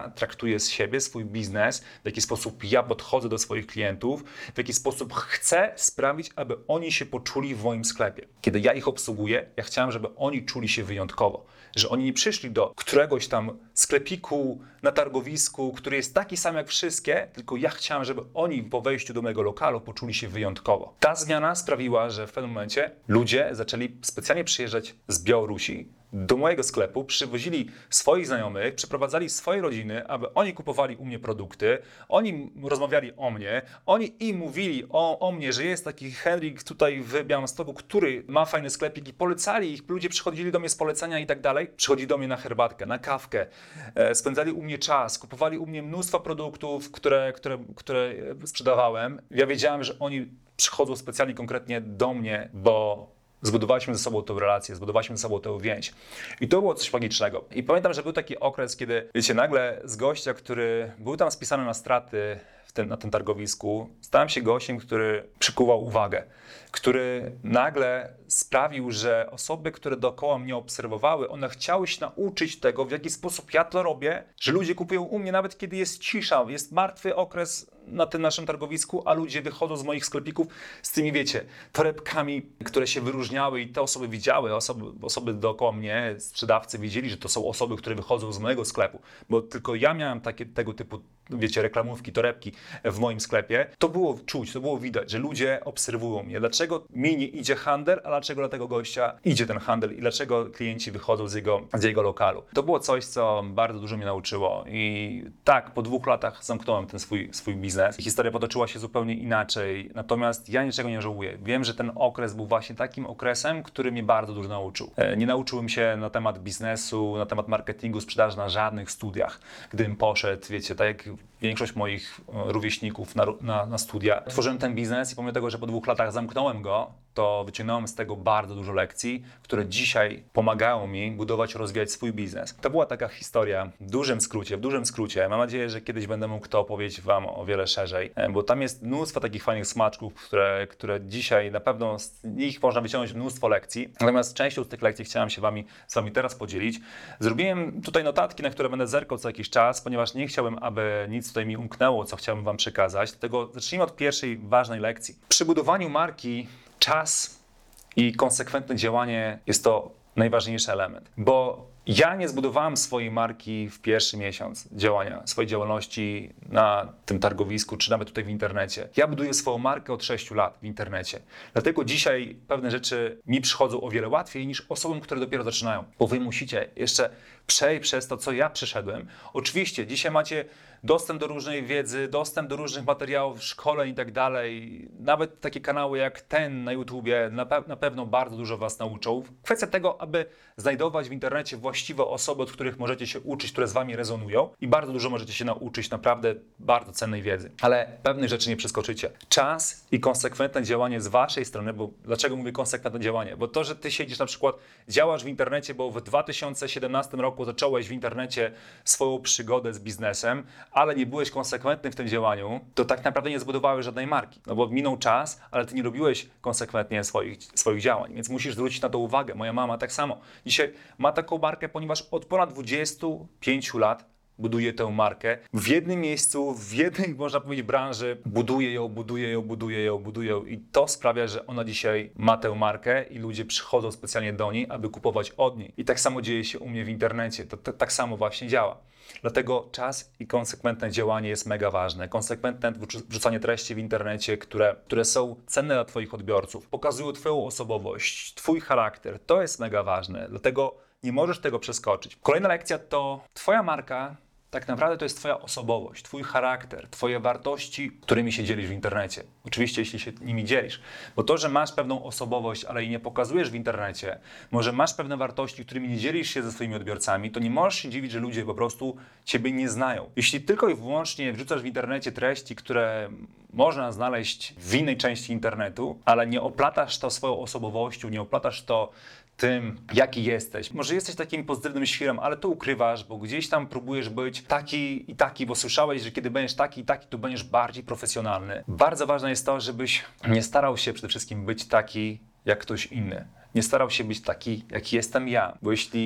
ja traktuję z siebie, swój biznes, w jaki sposób ja podchodzę do swoich klientów, w jaki sposób chcę sprawić, aby oni się poczuli w moim sklepie. Kiedy ja ich obsługuję, ja chciałem, żeby oni czuli się wyjątkowo. Że oni nie przyszli do któregoś tam sklepiku na targowisku, który jest taki sam jak wszystkie, tylko ja chciałem, żeby oni po wejściu do mojego lokalu poczuli się wyjątkowo. Ta zmiana sprawiła, że w pewnym momencie ludzie zaczęli specjalnie przyjeżdżać z Białorusi do mojego sklepu, przywozili swoich znajomych, przyprowadzali swoje rodziny, aby oni kupowali u mnie produkty, oni rozmawiali o mnie, oni im mówili o, o mnie, że jest taki Henryk tutaj w Białymstoku, który ma fajny sklepik i polecali ich, ludzie przychodzili do mnie z polecenia i tak dalej, przychodzili do mnie na herbatkę, na kawkę, e, spędzali u mnie czas, kupowali u mnie mnóstwo produktów, które, które, które sprzedawałem. Ja wiedziałem, że oni przychodzą specjalnie konkretnie do mnie, bo zbudowaliśmy ze sobą tę relację, zbudowaliśmy ze sobą tę więź. I to było coś magicznego. I pamiętam, że był taki okres, kiedy, wiecie, nagle z gościa, który był tam spisany na straty w tym, na tym targowisku, stałem się gościem, który przykuwał uwagę, który nagle sprawił, że osoby, które dookoła mnie obserwowały, one chciały się nauczyć tego, w jaki sposób ja to robię, że ludzie kupują u mnie, nawet kiedy jest cisza, jest martwy okres na tym naszym targowisku, a ludzie wychodzą z moich sklepików z tymi, wiecie, torebkami, które się wyróżniały i te osoby widziały, osoby, osoby dookoła mnie, sprzedawcy wiedzieli, że to są osoby, które wychodzą z mojego sklepu, bo tylko ja miałem takie, tego typu, wiecie, reklamówki, torebki w moim sklepie. To było czuć, to było widać, że ludzie obserwują mnie. Dlaczego mi nie idzie handel, a dlaczego dla tego gościa idzie ten handel i dlaczego klienci wychodzą z jego, z jego lokalu. To było coś, co bardzo dużo mnie nauczyło i tak, po dwóch latach zamknąłem ten swój, swój biznes. Historia potoczyła się zupełnie inaczej, natomiast ja niczego nie żałuję. Wiem, że ten okres był właśnie takim okresem, który mnie bardzo dużo nauczył. Nie nauczyłem się na temat biznesu, na temat marketingu, sprzedaży na żadnych studiach. Gdybym poszedł, wiecie, tak jak większość moich rówieśników na, na, na studia, tworzyłem ten biznes i pomimo tego, że po dwóch latach zamknąłem go, to wyciągnąłem z tego bardzo dużo lekcji, które dzisiaj pomagają mi budować, rozwijać swój biznes. To była taka historia w dużym skrócie, w dużym skrócie. Mam nadzieję, że kiedyś będę mógł to opowiedzieć Wam o wiele szerzej, bo tam jest mnóstwo takich fajnych smaczków, które, które dzisiaj na pewno z nich można wyciągnąć mnóstwo lekcji. Natomiast częścią z tych lekcji chciałem się wami, z Wami teraz podzielić. Zrobiłem tutaj notatki, na które będę zerkał co jakiś czas, ponieważ nie chciałem, aby nic tutaj mi umknęło, co chciałbym Wam przekazać. Dlatego zacznijmy od pierwszej ważnej lekcji. Przy budowaniu marki czas i konsekwentne działanie jest to najważniejszy element, bo ja nie zbudowałem swojej marki w pierwszy miesiąc działania, swojej działalności na tym targowisku, czy nawet tutaj w internecie. Ja buduję swoją markę od sześciu lat w internecie. Dlatego dzisiaj pewne rzeczy mi przychodzą o wiele łatwiej niż osobom, które dopiero zaczynają. Bo wy musicie jeszcze przejść przez to, co ja przeszedłem. Oczywiście dzisiaj macie dostęp do różnej wiedzy, dostęp do różnych materiałów, szkoleń i tak dalej. Nawet takie kanały jak ten na YouTubie na, pe- na pewno bardzo dużo was nauczą. Kwestia tego, aby znajdować w internecie właściwe osoby, od których możecie się uczyć, które z wami rezonują i bardzo dużo możecie się nauczyć naprawdę bardzo cennej wiedzy. Ale pewnych rzeczy nie przeskoczycie. Czas i konsekwentne działanie z waszej strony, bo dlaczego mówię konsekwentne działanie? Bo to, że ty siedzisz na przykład, działasz w internecie, bo w dwa tysiące siedemnastym roku zacząłeś w internecie swoją przygodę z biznesem, ale nie byłeś konsekwentny w tym działaniu, to tak naprawdę nie zbudowałeś żadnej marki. No bo minął czas, ale ty nie robiłeś konsekwentnie swoich, swoich działań, więc musisz zwrócić na to uwagę. Moja mama tak samo. Dzisiaj ma taką markę, ponieważ od ponad dwudziestu pięciu lat buduje tę markę w jednym miejscu, w jednej, można powiedzieć, branży. Buduje ją, buduje ją, buduje ją, buduje ją i to sprawia, że ona dzisiaj ma tę markę i ludzie przychodzą specjalnie do niej, aby kupować od niej. I tak samo dzieje się u mnie w internecie. To, to tak samo właśnie działa. Dlatego czas i konsekwentne działanie jest mega ważne. Konsekwentne wrzucanie treści w internecie, które, które są cenne dla twoich odbiorców, pokazują twoją osobowość, twój charakter. To jest mega ważne. Dlatego nie możesz tego przeskoczyć. Kolejna lekcja to twoja marka. Tak naprawdę to jest twoja osobowość, twój charakter, twoje wartości, którymi się dzielisz w internecie. Oczywiście, jeśli się nimi dzielisz. Bo to, że masz pewną osobowość, ale jej nie pokazujesz w internecie, może masz pewne wartości, którymi nie dzielisz się ze swoimi odbiorcami, to nie możesz się dziwić, że ludzie po prostu ciebie nie znają. Jeśli tylko i wyłącznie wrzucasz w internecie treści, które można znaleźć w innej części internetu, ale nie oplatasz to swoją osobowością, nie oplatasz to tym, jaki jesteś. Może jesteś takim pozytywnym świrem, ale to ukrywasz, bo gdzieś tam próbujesz być taki i taki, bo słyszałeś, że kiedy będziesz taki i taki, to będziesz bardziej profesjonalny. Bardzo ważne jest to, żebyś nie starał się przede wszystkim być taki jak ktoś inny. Nie starał się być taki, jaki jestem ja, bo jeśli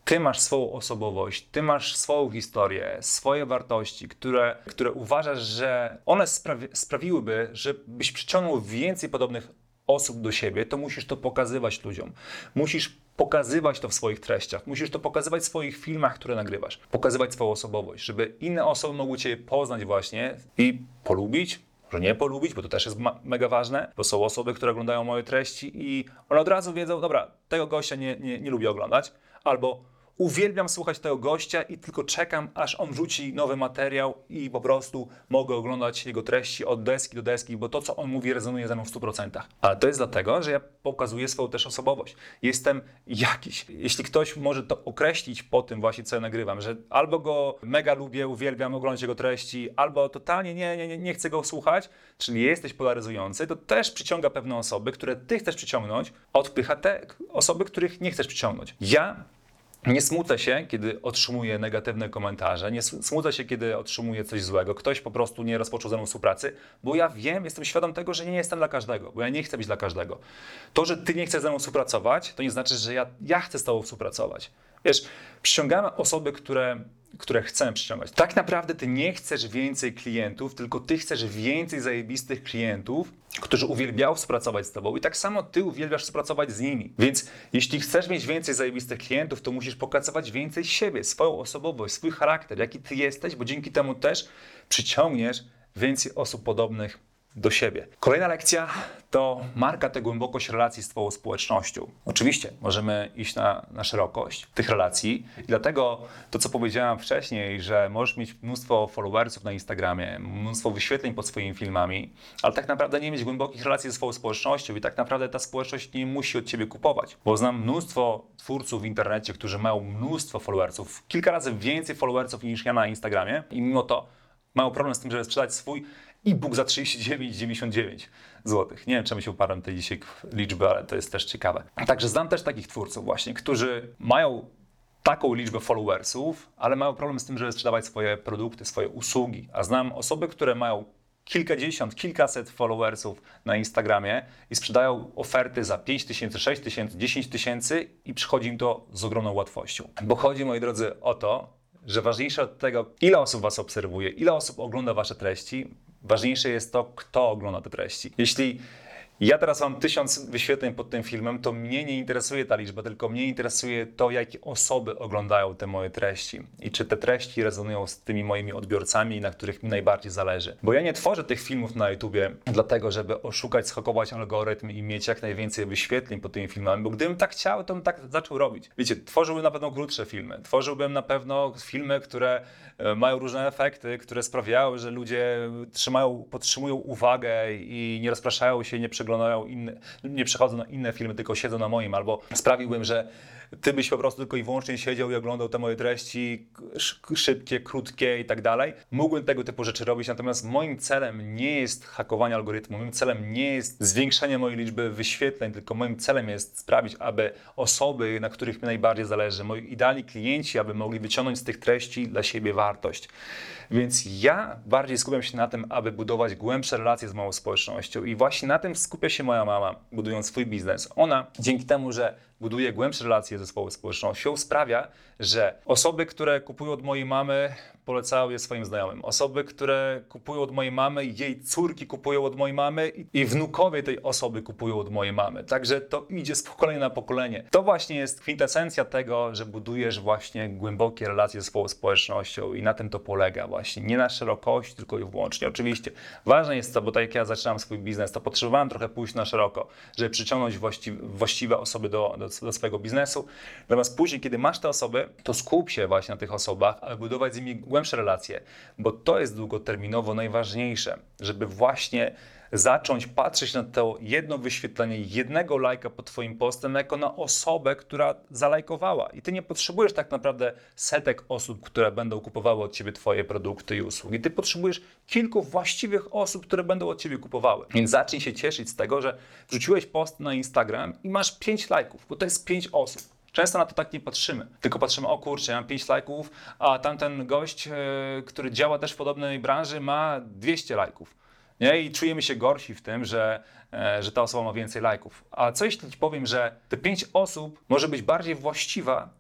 ty masz swoją osobowość, ty masz swoją historię, swoje wartości, które, które uważasz, że one sprawi sprawiłyby, żebyś przyciągnął więcej podobnych osób do siebie, to musisz to pokazywać ludziom. Musisz pokazywać to w swoich treściach, musisz to pokazywać w swoich filmach, które nagrywasz. Pokazywać swoją osobowość, żeby inne osoby mogły cię poznać właśnie i polubić, może nie polubić, bo to też jest mega ważne, bo są osoby, które oglądają moje treści i one od razu wiedzą, dobra, tego gościa nie, nie, nie lubię oglądać, albo uwielbiam słuchać tego gościa i tylko czekam, aż on wrzuci nowy materiał i po prostu mogę oglądać jego treści od deski do deski, bo to, co on mówi, rezonuje ze mną w stu procentach. Ale to jest dlatego, że ja pokazuję swoją też osobowość. Jestem jakiś. Jeśli ktoś może to określić po tym właśnie, co ja nagrywam, że albo go mega lubię, uwielbiam oglądać jego treści, albo totalnie nie, nie, nie, nie chcę go słuchać, czyli jesteś polaryzujący, to też przyciąga pewne osoby, które ty chcesz przyciągnąć, odpycha te osoby, których nie chcesz przyciągnąć. Ja nie smucę się, kiedy otrzymuję negatywne komentarze, nie smucę się, kiedy otrzymuję coś złego, ktoś po prostu nie rozpoczął ze mną współpracy, bo ja wiem, jestem świadom tego, że nie jestem dla każdego, bo ja nie chcę być dla każdego. To, że ty nie chcesz ze mną współpracować, to nie znaczy, że ja, ja chcę z tobą współpracować. Wiesz, przyciągamy osoby, które, które chcemy przyciągać. Tak naprawdę ty nie chcesz więcej klientów, tylko ty chcesz więcej zajebistych klientów, którzy uwielbiają współpracować z tobą i tak samo ty uwielbiasz współpracować z nimi. Więc jeśli chcesz mieć więcej zajebistych klientów, to musisz pokazywać więcej siebie, swoją osobowość, swój charakter, jaki ty jesteś, bo dzięki temu też przyciągniesz więcej osób podobnych do siebie. Kolejna lekcja to marka tę głębokość relacji z twoją społecznością. Oczywiście możemy iść na, na szerokość tych relacji i dlatego to, co powiedziałem wcześniej, że możesz mieć mnóstwo followersów na Instagramie, mnóstwo wyświetleń pod swoimi filmami, ale tak naprawdę nie mieć głębokich relacji ze swoją społecznością i tak naprawdę ta społeczność nie musi od ciebie kupować. Bo znam mnóstwo twórców w internecie, którzy mają mnóstwo followersów, kilka razy więcej followersów niż ja na Instagramie i mimo to mają problem z tym, żeby sprzedać swój e-book za trzydzieści dziewięć dziewięćdziesiąt dziewięć złotych. Nie wiem, czemu się uparłem tej dzisiaj liczby, ale to jest też ciekawe. Także znam też takich twórców właśnie, którzy mają taką liczbę followersów, ale mają problem z tym, żeby sprzedawać swoje produkty, swoje usługi. A znam osoby, które mają kilkadziesiąt, kilkaset followersów na Instagramie i sprzedają oferty za pięć tysięcy, sześć tysięcy, dziesięć tysięcy i przychodzi im to z ogromną łatwością. Bo chodzi, moi drodzy, o to, że ważniejsze od tego, ile osób was obserwuje, ile osób ogląda wasze treści, ważniejsze jest to, kto ogląda te treści. Jeśli ja teraz mam tysiąc wyświetleń pod tym filmem, to mnie nie interesuje ta liczba, tylko mnie interesuje to, jakie osoby oglądają te moje treści i czy te treści rezonują z tymi moimi odbiorcami, na których mi najbardziej zależy. Bo ja nie tworzę tych filmów na YouTubie dlatego, żeby oszukać, schakować algorytm i mieć jak najwięcej wyświetleń pod tymi filmami, bo gdybym tak chciał, to bym tak zaczął robić. Wiecie, tworzyłbym na pewno krótsze filmy, tworzyłbym na pewno filmy, które mają różne efekty, które sprawiają, że ludzie trzymają, podtrzymują uwagę i nie rozpraszają się, nie przeglądają inne, nie przechodzą na inne filmy, tylko siedzą na moim, albo sprawiłbym, że ty byś po prostu tylko i wyłącznie siedział i oglądał te moje treści szybkie, krótkie i tak dalej. Mógłbym tego typu rzeczy robić, natomiast moim celem nie jest hakowanie algorytmu, moim celem nie jest zwiększenie mojej liczby wyświetleń, tylko moim celem jest sprawić, aby osoby, na których mi najbardziej zależy, moi idealni klienci, aby mogli wyciągnąć z tych treści dla siebie wartość. Więc ja bardziej skupiam się na tym, aby budować głębsze relacje z moją społecznością i właśnie na tym skupia się moja mama, budując swój biznes. Ona dzięki temu, że buduje głębsze relacje ze swoją społecznością, sprawia, że osoby, które kupują od mojej mamy, polecają je swoim znajomym. Osoby, które kupują od mojej mamy, jej córki kupują od mojej mamy i wnukowie tej osoby kupują od mojej mamy. Także to idzie z pokolenia na pokolenie. To właśnie jest kwintesencja tego, że budujesz właśnie głębokie relacje ze swoją społecznością i na tym to polega właśnie. Nie na szerokości, tylko i wyłącznie. Oczywiście ważne jest to, bo tak jak ja zaczynam swój biznes, to potrzebowałem trochę pójść na szeroko, żeby przyciągnąć właściwe, właściwe osoby do, do, do swojego biznesu. Natomiast później, kiedy masz te osoby, to skup się właśnie na tych osobach, aby budować z nimi głębsze relacje, bo to jest długoterminowo najważniejsze, żeby właśnie zacząć patrzeć na to jedno wyświetlenie, jednego lajka pod twoim postem jako na osobę, która zalajkowała. I ty nie potrzebujesz tak naprawdę setek osób, które będą kupowały od ciebie twoje produkty i usługi. Ty potrzebujesz kilku właściwych osób, które będą od ciebie kupowały. Więc zacznij się cieszyć z tego, że wrzuciłeś post na Instagram i masz pięć lajków, bo to jest pięć osób. Często na to tak nie patrzymy, tylko patrzymy, o kurczę, ja mam pięć lajków, a tamten gość, yy, który działa też w podobnej branży, ma dwieście lajków. Nie? I czujemy się gorsi w tym, że, e, że ta osoba ma więcej lajków. A co jeśli ci powiem, że te pięć osób może być bardziej właściwa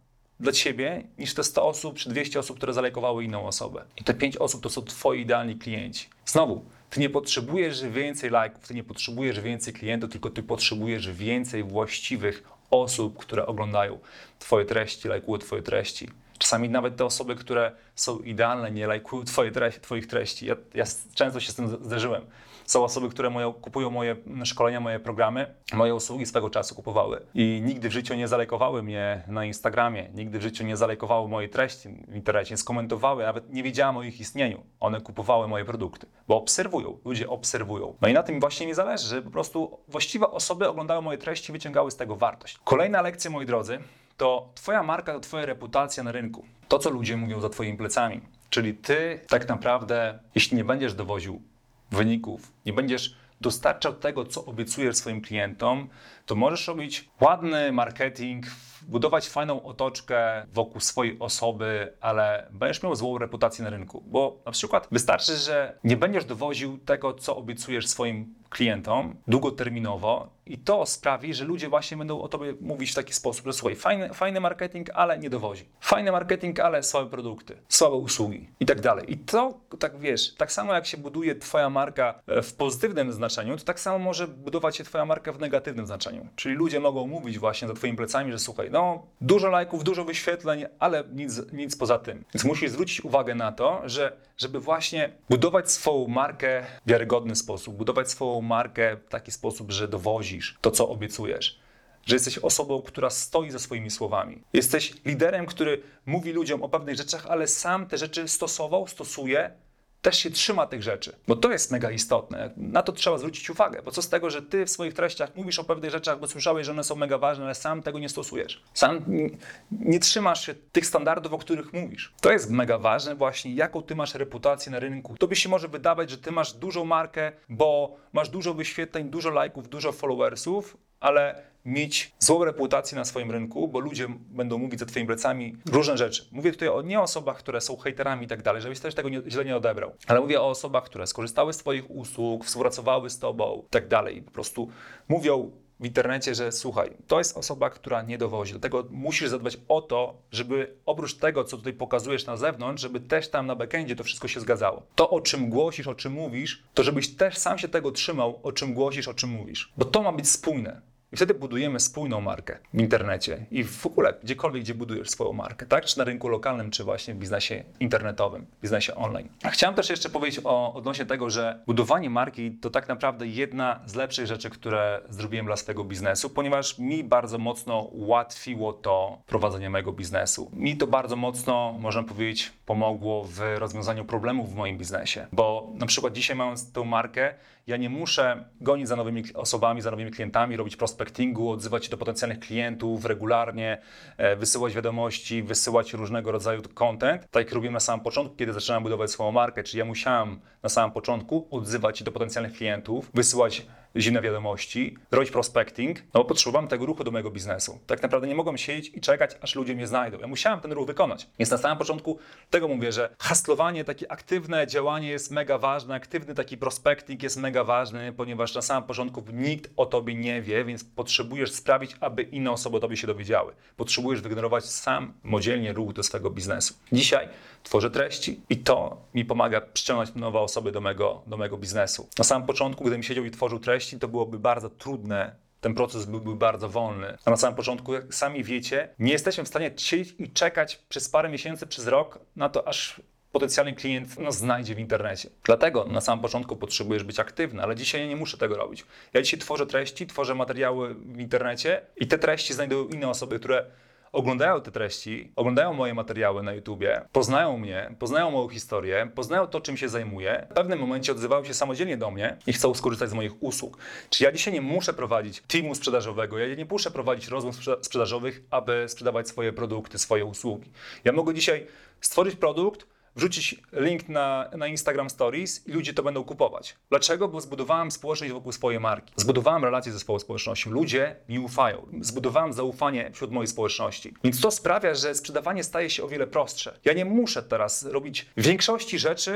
dla ciebie niż te sto osób czy dwieście osób, które zalajkowały inną osobę. I te pięć osób to są twoi idealni klienci. Znowu, ty nie potrzebujesz więcej lajków, ty nie potrzebujesz więcej klientów, tylko ty potrzebujesz więcej właściwych osób, które oglądają twoje treści, lajkują twoje treści. Czasami nawet te osoby, które są idealne, nie lajkują twoje treści, twoich treści. Ja, ja często się z tym zderzyłem. Są osoby, które moje, kupują moje szkolenia, moje programy, moje usługi swego czasu kupowały i nigdy w życiu nie zalajkowały mnie na Instagramie, nigdy w życiu nie zalajkowały mojej treści w internecie, nie skomentowały, nawet nie wiedziałem o ich istnieniu. One kupowały moje produkty, bo obserwują, ludzie obserwują. No i na tym właśnie mi zależy, że po prostu właściwe osoby oglądały moje treści i wyciągały z tego wartość. Kolejna lekcja, moi drodzy, to twoja marka, to twoja reputacja na rynku. To, co ludzie mówią za twoimi plecami. Czyli ty tak naprawdę, jeśli nie będziesz dowoził wyników, nie będziesz dostarczał tego, co obiecujesz swoim klientom, to możesz robić ładny marketing, budować fajną otoczkę wokół swojej osoby, ale będziesz miał złą reputację na rynku. Bo na przykład wystarczy, że nie będziesz dowoził tego, co obiecujesz swoim klientom długoterminowo i to sprawi, że ludzie właśnie będą o tobie mówić w taki sposób, że słuchaj, fajny, fajny marketing, ale nie dowozi. Fajny marketing, ale słabe produkty, słabe usługi i tak dalej. I to, tak wiesz, tak samo jak się buduje twoja marka w pozytywnym znaczeniu, to tak samo może budować się twoja marka w negatywnym znaczeniu. Czyli ludzie mogą mówić właśnie za twoimi plecami, że słuchaj, no dużo lajków, dużo wyświetleń, ale nic, nic poza tym. Więc musisz zwrócić uwagę na to, że żeby właśnie budować swoją markę w wiarygodny sposób, budować swoją markę w taki sposób, że dowozisz to, co obiecujesz. Że jesteś osobą, która stoi za swoimi słowami. Jesteś liderem, który mówi ludziom o pewnych rzeczach, ale sam te rzeczy stosował, stosuje, też się trzyma tych rzeczy. Bo to jest mega istotne. Na to trzeba zwrócić uwagę. Bo co z tego, że ty w swoich treściach mówisz o pewnych rzeczach, bo słyszałeś, że one są mega ważne, ale sam tego nie stosujesz. Sam nie trzymasz się tych standardów, o których mówisz. To jest mega ważne właśnie, jaką ty masz reputację na rynku. Tobie się może wydawać, że ty masz dużą markę, bo masz dużo wyświetleń, dużo lajków, dużo followersów, ale mieć złą reputację na swoim rynku, bo ludzie będą mówić za twoimi plecami różne rzeczy. Mówię tutaj o nie o osobach, które są hejterami i tak dalej, żebyś też tego nie, źle nie odebrał. Ale mówię o osobach, które skorzystały z twoich usług, współpracowały z tobą i tak dalej. Po prostu mówią w internecie, że słuchaj, to jest osoba, która nie dowozi. Dlatego musisz zadbać o to, żeby oprócz tego, co tutaj pokazujesz na zewnątrz, żeby też tam na backendzie to wszystko się zgadzało. To, o czym głosisz, o czym mówisz, to żebyś też sam się tego trzymał, o czym głosisz, o czym mówisz. Bo to ma być spójne. I wtedy budujemy spójną markę w internecie i w ogóle gdziekolwiek, gdzie budujesz swoją markę, tak? Czy na rynku lokalnym, czy właśnie w biznesie internetowym, w biznesie online. A chciałem też jeszcze powiedzieć o, odnośnie tego, że budowanie marki to tak naprawdę jedna z lepszych rzeczy, które zrobiłem dla swojego biznesu, ponieważ mi bardzo mocno ułatwiło to prowadzenie mojego biznesu. Mi to bardzo mocno, można powiedzieć, pomogło w rozwiązaniu problemów w moim biznesie, bo na przykład dzisiaj mając tę markę, ja nie muszę gonić za nowymi osobami, za nowymi klientami, robić prospectingu, odzywać się do potencjalnych klientów regularnie, wysyłać wiadomości, wysyłać różnego rodzaju content, tak jak robiłem na samym początku, kiedy zaczynałem budować swoją markę, czyli ja musiałem na samym początku odzywać się do potencjalnych klientów, wysyłać zimne wiadomości, robić prospecting, no bo potrzebowałem tego ruchu do mojego biznesu. Tak naprawdę nie mogłem siedzieć i czekać, aż ludzie mnie znajdą. Ja musiałem ten ruch wykonać. Więc na samym początku tego mówię, że hustlowanie, takie aktywne działanie jest mega ważne, aktywny taki prospecting jest mega ważny, ponieważ na samym początku nikt o tobie nie wie, więc potrzebujesz sprawić, aby inne osoby o tobie się dowiedziały. Potrzebujesz wygenerować sam modzielnie ruch do swojego biznesu. Dzisiaj tworzę treści i to mi pomaga przyciągnąć nowe osoby do mojego, do mojego biznesu. Na samym początku, gdybym siedział i tworzył treści, to byłoby bardzo trudne, ten proces byłby bardzo wolny. A na samym początku, jak sami wiecie, nie jesteśmy w stanie siedzieć i czekać przez parę miesięcy, przez rok na to, aż potencjalny klient nas znajdzie w internecie. Dlatego na samym początku potrzebujesz być aktywny, ale dzisiaj ja nie muszę tego robić. Ja dzisiaj tworzę treści, tworzę materiały w internecie i te treści znajdują inne osoby, które oglądają te treści, oglądają moje materiały na YouTubie, poznają mnie, poznają moją historię, poznają to, czym się zajmuję. W pewnym momencie odzywają się samodzielnie do mnie i chcą skorzystać z moich usług. Czyli ja dzisiaj nie muszę prowadzić teamu sprzedażowego, ja nie muszę prowadzić rozmów sprzedażowych, aby sprzedawać swoje produkty, swoje usługi. Ja mogę dzisiaj stworzyć produkt, wrzucić link na, na Instagram Stories i ludzie to będą kupować. Dlaczego? Bo zbudowałem społeczność wokół swojej marki. Zbudowałem relacje ze swoją społecznością. Ludzie mi ufają. Zbudowałem zaufanie wśród mojej społeczności. Więc to sprawia, że sprzedawanie staje się o wiele prostsze. Ja nie muszę teraz robić większości rzeczy,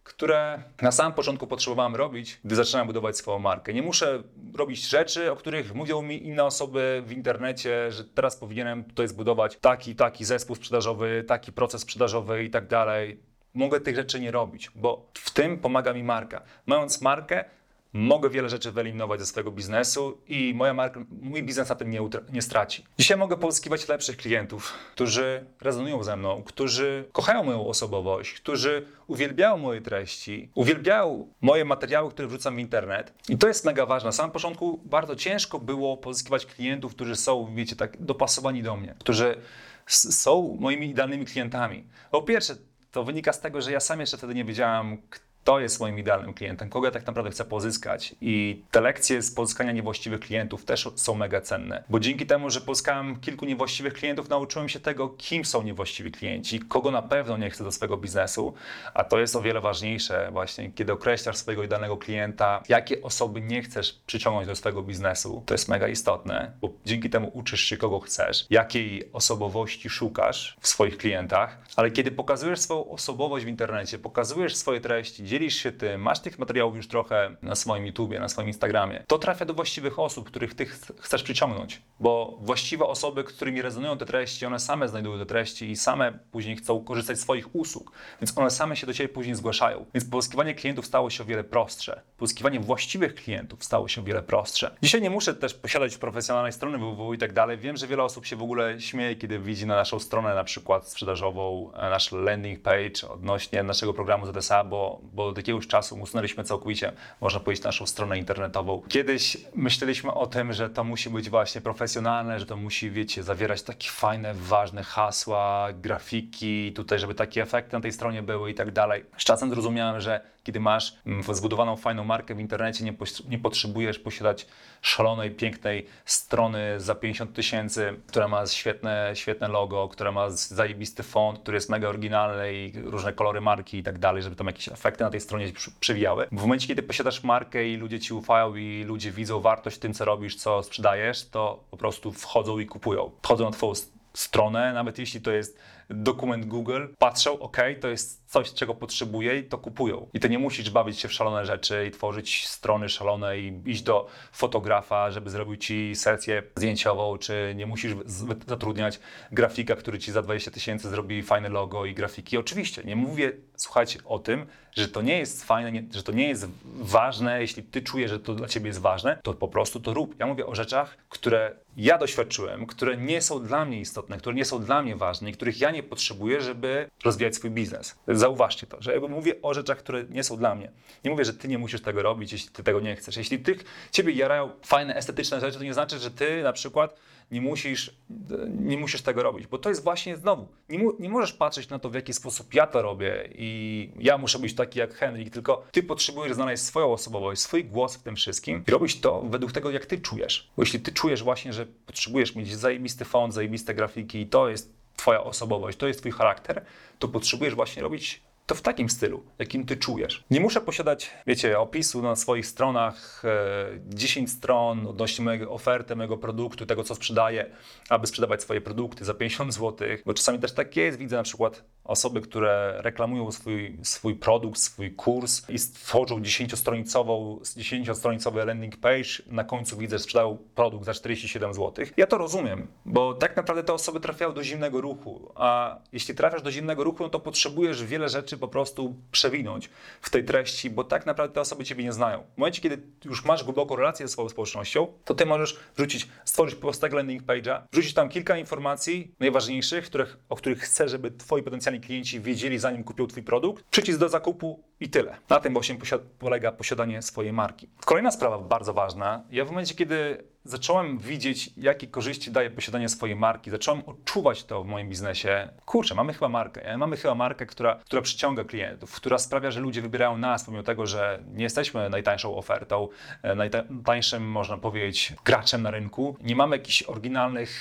które na samym początku potrzebowałem robić, gdy zaczynałem budować swoją markę. Nie muszę robić rzeczy, o których mówią mi inne osoby w internecie, że teraz powinienem tutaj zbudować taki, taki zespół sprzedażowy, taki proces sprzedażowy i tak dalej. Mogę tych rzeczy nie robić, bo w tym pomaga mi marka. Mając markę, mogę wiele rzeczy wyeliminować ze swojego biznesu i moja marka, mój biznes na tym nie, utra- nie straci. Dzisiaj mogę pozyskiwać lepszych klientów, którzy rezonują ze mną, którzy kochają moją osobowość, którzy uwielbiają moje treści, uwielbiają moje materiały, które wrzucam w internet. I to jest mega ważne. Na samym początku bardzo ciężko było pozyskiwać klientów, którzy są, wiecie, tak dopasowani do mnie, którzy s- są moimi idealnymi klientami. Po pierwsze, to wynika z tego, że ja sam jeszcze wtedy nie wiedziałem, kto jest moim idealnym klientem, kogo ja tak naprawdę chcę pozyskać. I te lekcje z pozyskania niewłaściwych klientów też są mega cenne, bo dzięki temu, że pozyskałem kilku niewłaściwych klientów, nauczyłem się tego, kim są niewłaściwi klienci, kogo na pewno nie chcę do swojego biznesu, a to jest o wiele ważniejsze właśnie, kiedy określasz swojego idealnego klienta, jakie osoby nie chcesz przyciągnąć do swojego biznesu. To jest mega istotne, bo dzięki temu uczysz się, kogo chcesz, jakiej osobowości szukasz w swoich klientach, ale kiedy pokazujesz swoją osobowość w internecie, pokazujesz swoje treści, dzielisz się tym, masz tych materiałów już trochę na swoim YouTubie, na swoim Instagramie, to trafia do właściwych osób, których ty ch- chcesz przyciągnąć, bo właściwe osoby, którymi rezonują te treści, one same znajdują te treści i same później chcą korzystać z swoich usług, więc one same się do ciebie później zgłaszają. Więc pozyskiwanie klientów stało się o wiele prostsze. Pozyskiwanie właściwych klientów stało się o wiele prostsze. Dzisiaj nie muszę też posiadać profesjonalnej strony www i tak dalej. Wiem, że wiele osób się w ogóle śmieje, kiedy widzi na naszą stronę na przykład sprzedażową, nasz landing page odnośnie naszego programu Z S A, bo, bo od jakiegoś czasu usunęliśmy całkowicie, można powiedzieć, naszą stronę internetową. Kiedyś myśleliśmy o tym, że to musi być właśnie profesjonalne, że to musi, wiecie, zawierać takie fajne, ważne hasła, grafiki, tutaj, żeby takie efekty na tej stronie były i tak dalej. Z czasem zrozumiałem, że kiedy masz zbudowaną fajną markę w internecie, nie, nie potrzebujesz posiadać szalonej, pięknej strony za pięćdziesiąt tysięcy, która ma świetne, świetne logo, która ma zajebisty font, który jest mega oryginalny i różne kolory marki i tak dalej, żeby tam jakieś efekty na tej stronie przy, przewijały. W momencie, kiedy posiadasz markę i ludzie ci ufają i ludzie widzą wartość w tym, co robisz, co sprzedajesz, to po prostu wchodzą i kupują. Wchodzą na twoją stronę, nawet jeśli to jest dokument Google, patrzą, ok, to jest coś, czego potrzebuję i to kupują. I ty nie musisz bawić się w szalone rzeczy i tworzyć strony szalone i iść do fotografa, żeby zrobił ci sesję zdjęciową, czy nie musisz zatrudniać grafika, który ci za dwadzieścia tysięcy zrobi fajne logo i grafiki. Oczywiście, nie mówię, słuchajcie, o tym, że to nie jest fajne, nie, że to nie jest ważne, jeśli ty czujesz, że to dla ciebie jest ważne, to po prostu to rób. Ja mówię o rzeczach, które ja doświadczyłem, które nie są dla mnie istotne, które nie są dla mnie ważne i których ja nie potrzebuję, żeby rozwijać swój biznes. Zauważcie to, że jakby mówię o rzeczach, które nie są dla mnie. Nie mówię, że ty nie musisz tego robić, jeśli ty tego nie chcesz. Jeśli ty, ciebie jarają fajne, estetyczne rzeczy, to nie znaczy, że ty na przykład nie musisz, nie musisz tego robić, bo to jest właśnie znowu, nie, mu, nie możesz patrzeć na to, w jaki sposób ja to robię i ja muszę być taki jak Henryk, tylko ty potrzebujesz znaleźć swoją osobowość, swój głos w tym wszystkim i robić to według tego, jak ty czujesz. Bo jeśli ty czujesz właśnie, że potrzebujesz mieć zajebisty font, zajebiste grafiki i to jest twoja osobowość, to jest twój charakter, to potrzebujesz właśnie robić to w takim stylu, jakim ty czujesz. Nie muszę posiadać, wiecie, opisu na swoich stronach, e, dziesięć stron odnośnie mojego oferty, mojego produktu, tego, co sprzedaję, aby sprzedawać swoje produkty za pięćdziesiąt złotych, bo czasami też tak jest, widzę na przykład osoby, które reklamują swój, swój produkt, swój kurs i stworzą dziesięciostronicową, dziesięciostronicowy landing page, na końcu widzę, że sprzedają produkt za czterdzieści siedem złotych. Ja to rozumiem, bo tak naprawdę te osoby trafiają do zimnego ruchu, a jeśli trafiasz do zimnego ruchu, no to potrzebujesz wiele rzeczy po prostu przewinąć w tej treści, bo tak naprawdę te osoby ciebie nie znają. W momencie, kiedy już masz głęboką relację ze swoją społecznością, to ty możesz wrzucić, stworzyć prostego landing page'a, wrzucić tam kilka informacji najważniejszych, których, o których chcesz, żeby twoi potencjalni klienci wiedzieli, zanim kupią twój produkt, przycisk do zakupu i tyle. Na tym właśnie posiad- polega posiadanie swojej marki. Kolejna sprawa bardzo ważna. Ja w momencie, kiedy zacząłem widzieć, jakie korzyści daje posiadanie swojej marki, zacząłem odczuwać to w moim biznesie. Kurczę, mamy chyba markę. Nie? Mamy chyba markę, która, która przyciąga klientów, która sprawia, że ludzie wybierają nas, pomimo tego, że nie jesteśmy najtańszą ofertą, najtańszym, można powiedzieć, graczem na rynku. Nie mamy jakichś oryginalnych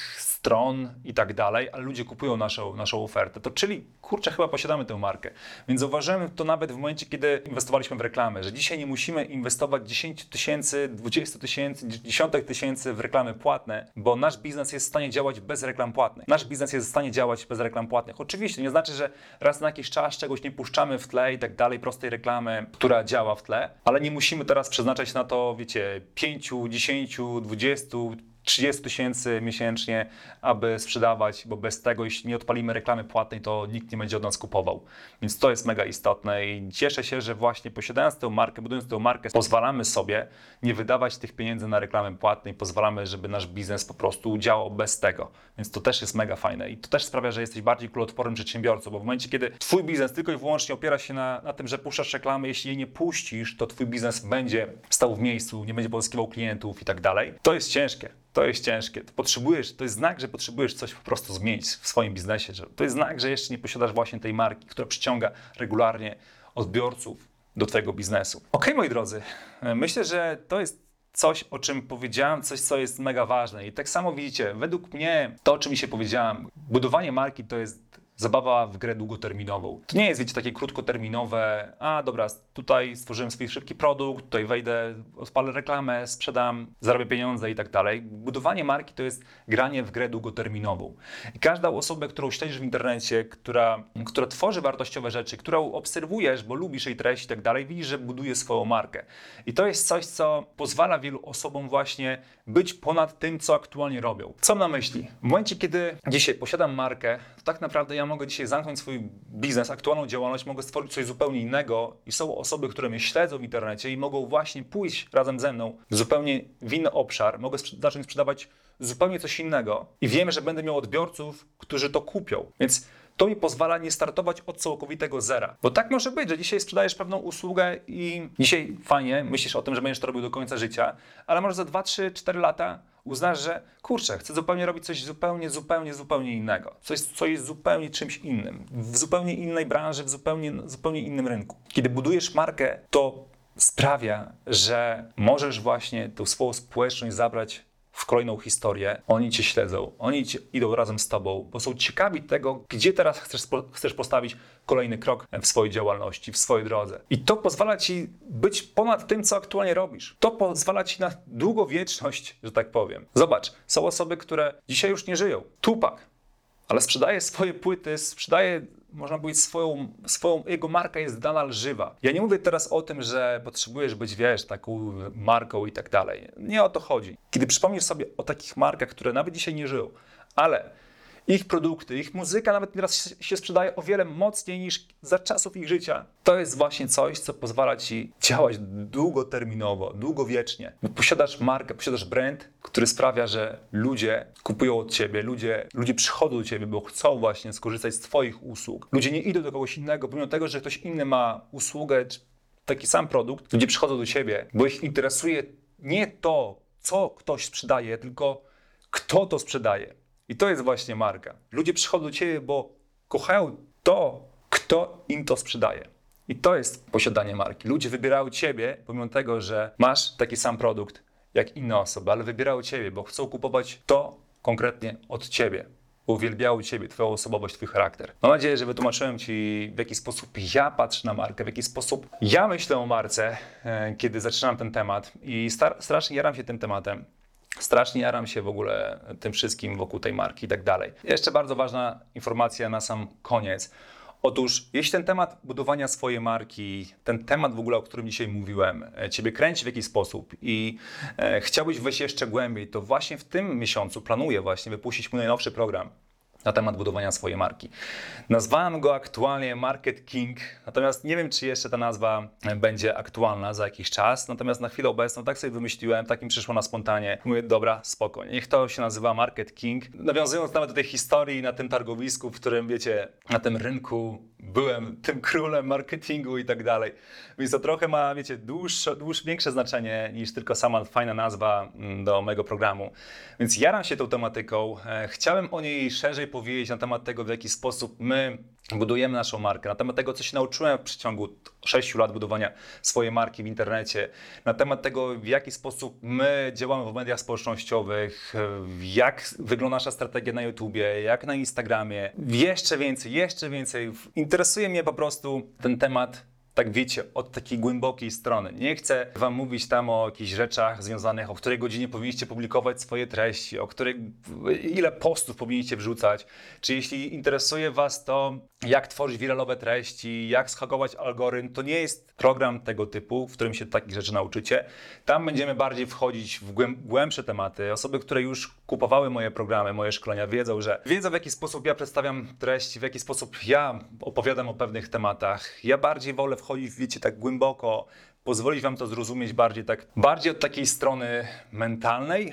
stron i tak dalej, ale ludzie kupują naszą, naszą ofertę. To czyli, kurczę, chyba posiadamy tę markę. Więc zauważyłem to nawet w momencie, kiedy inwestowaliśmy w reklamę, że dzisiaj nie musimy inwestować dziesięć tysięcy, dwadzieścia tysięcy, dziesiątek tysięcy w reklamy płatne, bo nasz biznes jest w stanie działać bez reklam płatnych. Nasz biznes jest w stanie działać bez reklam płatnych. Oczywiście nie znaczy, że raz na jakiś czas czegoś nie puszczamy w tle i tak dalej, prostej reklamy, która działa w tle, ale nie musimy teraz przeznaczać na to, wiecie, pięć, dziesięć, dwadzieścia, trzydzieści tysięcy miesięcznie, aby sprzedawać, bo bez tego, jeśli nie odpalimy reklamy płatnej, to nikt nie będzie od nas kupował. Więc to jest mega istotne i cieszę się, że właśnie posiadając tę markę, budując tę markę, pozwalamy sobie nie wydawać tych pieniędzy na reklamę płatnej, pozwalamy, żeby nasz biznes po prostu działał bez tego. Więc to też jest mega fajne i to też sprawia, że jesteś bardziej kuloodpornym przedsiębiorcą, bo w momencie, kiedy twój biznes tylko i wyłącznie opiera się na, na tym, że puszczasz reklamy, jeśli jej nie puścisz, to twój biznes będzie stał w miejscu, nie będzie pozyskiwał klientów i tak dalej. To jest ciężkie. To jest ciężkie. To potrzebujesz, to jest znak, że potrzebujesz coś po prostu zmienić w swoim biznesie. Że to jest znak, że jeszcze nie posiadasz właśnie tej marki, która przyciąga regularnie odbiorców do twojego biznesu. Okej, moi drodzy, myślę, że to jest coś, o czym powiedziałem, coś, co jest mega ważne. I tak samo widzicie, według mnie to, o czym dzisiaj powiedziałem, budowanie marki to jest zabawa w grę długoterminową. To nie jest, wiecie, takie krótkoterminowe, a dobra, tutaj stworzyłem swój szybki produkt, tutaj wejdę, odpalę reklamę, sprzedam, zarobię pieniądze i tak dalej. Budowanie marki to jest granie w grę długoterminową. I każda osoba, którą śledzisz w internecie, która, która tworzy wartościowe rzeczy, którą obserwujesz, bo lubisz jej treść i tak dalej, widzisz, że buduje swoją markę. I to jest coś, co pozwala wielu osobom właśnie być ponad tym, co aktualnie robią. Co mam na myśli? W momencie, kiedy dzisiaj posiadam markę, to tak naprawdę ja mogę dzisiaj zamknąć swój biznes, aktualną działalność, mogę stworzyć coś zupełnie innego i są osoby, które mnie śledzą w internecie i mogą właśnie pójść razem ze mną zupełnie w inny obszar, mogę sprze- zacząć sprzedawać zupełnie coś innego i wiem, że będę miał odbiorców, którzy to kupią. Więc to mi pozwala nie startować od całkowitego zera. Bo tak może być, że dzisiaj sprzedajesz pewną usługę i dzisiaj fajnie myślisz o tym, że będziesz to robił do końca życia, ale może za dwa, trzy, cztery lata uznasz, że kurczę, chcę zupełnie robić coś zupełnie, zupełnie, zupełnie innego. Coś, co jest zupełnie czymś innym. W zupełnie innej branży, w zupełnie, zupełnie innym rynku. Kiedy budujesz markę, to sprawia, że możesz właśnie tą swoją społeczność zabrać w kolejną historię. Oni cię śledzą, oni cię idą razem z tobą, bo są ciekawi tego, gdzie teraz chcesz, chcesz postawić kolejny krok w swojej działalności, w swojej drodze. I to pozwala ci być ponad tym, co aktualnie robisz. To pozwala ci na długowieczność, że tak powiem. Zobacz, są osoby, które dzisiaj już nie żyją. Tupac, ale sprzedaje swoje płyty, sprzedaje, można powiedzieć, swoją, swoją, jego marka jest nadal żywa. Ja nie mówię teraz o tym, że potrzebujesz być, wiesz, taką marką i tak dalej. Nie o to chodzi. Kiedy przypomnisz sobie o takich markach, które nawet dzisiaj nie żyją, ale ich produkty, ich muzyka nawet teraz się sprzedaje o wiele mocniej niż za czasów ich życia. To jest właśnie coś, co pozwala ci działać długoterminowo, długowiecznie. Bo posiadasz markę, posiadasz brand, który sprawia, że ludzie kupują od ciebie, ludzie, ludzie przychodzą do ciebie, bo chcą właśnie skorzystać z twoich usług. Ludzie nie idą do kogoś innego, pomimo tego, że ktoś inny ma usługę, czy taki sam produkt. Ludzie przychodzą do ciebie, bo ich interesuje nie to, co ktoś sprzedaje, tylko kto to sprzedaje. I to jest właśnie marka. Ludzie przychodzą do ciebie, bo kochają to, kto im to sprzedaje. I to jest posiadanie marki. Ludzie wybierają ciebie, pomimo tego, że masz taki sam produkt jak inne osoby, ale wybierają ciebie, bo chcą kupować to konkretnie od ciebie. Bo uwielbiają ciebie, twoją osobowość, twój charakter. Mam nadzieję, że wytłumaczyłem ci, w jaki sposób ja patrzę na markę, w jaki sposób ja myślę o marce, kiedy zaczynam ten temat. I star- strasznie jaram się tym tematem. Strasznie jaram się w ogóle tym wszystkim wokół tej marki i tak dalej. Jeszcze bardzo ważna informacja na sam koniec. Otóż, jeśli ten temat budowania swojej marki, ten temat w ogóle, o którym dzisiaj mówiłem, ciebie kręci w jakiś sposób i e, chciałbyś wejść jeszcze głębiej, to właśnie w tym miesiącu planuję właśnie wypuścić mój najnowszy program na temat budowania swojej marki. Nazwałem go aktualnie Market King, natomiast nie wiem, czy jeszcze ta nazwa będzie aktualna za jakiś czas, natomiast na chwilę obecną tak sobie wymyśliłem, tak mi przyszło na spontanie. Mówię, dobra, spoko, niech to się nazywa Market King. Nawiązując nawet do tej historii na tym targowisku, w którym, wiecie, na tym rynku byłem tym królem marketingu i tak dalej. Więc to trochę ma, wiecie, dłuższe, dłuższe, większe znaczenie niż tylko sama fajna nazwa do mojego programu. Więc jaram się tą tematyką. Chciałem o niej szerzej powiedzieć na temat tego, w jaki sposób my budujemy naszą markę, na temat tego, co się nauczyłem w przeciągu sześciu lat budowania swojej marki w internecie, na temat tego, w jaki sposób my działamy w mediach społecznościowych, jak wygląda nasza strategia na YouTubie, jak na Instagramie. Jeszcze więcej, jeszcze więcej. Interesuje mnie po prostu ten temat, tak wiecie, od takiej głębokiej strony. Nie chcę wam mówić tam o jakichś rzeczach związanych, o której godzinie powinniście publikować swoje treści, o której, ile postów powinniście wrzucać. Czy jeśli interesuje was to, jak tworzyć wiralowe treści, jak zhakować algorytm, to nie jest program tego typu, w którym się takich rzeczy nauczycie. Tam będziemy bardziej wchodzić w głębsze tematy. Osoby, które już kupowały moje programy, moje szkolenia, wiedzą, że wiedzą, w jaki sposób ja przedstawiam treści, w jaki sposób ja opowiadam o pewnych tematach. Ja bardziej wolę wchodzić, wiecie, tak głęboko, pozwolić wam to zrozumieć bardziej tak, bardziej od takiej strony mentalnej,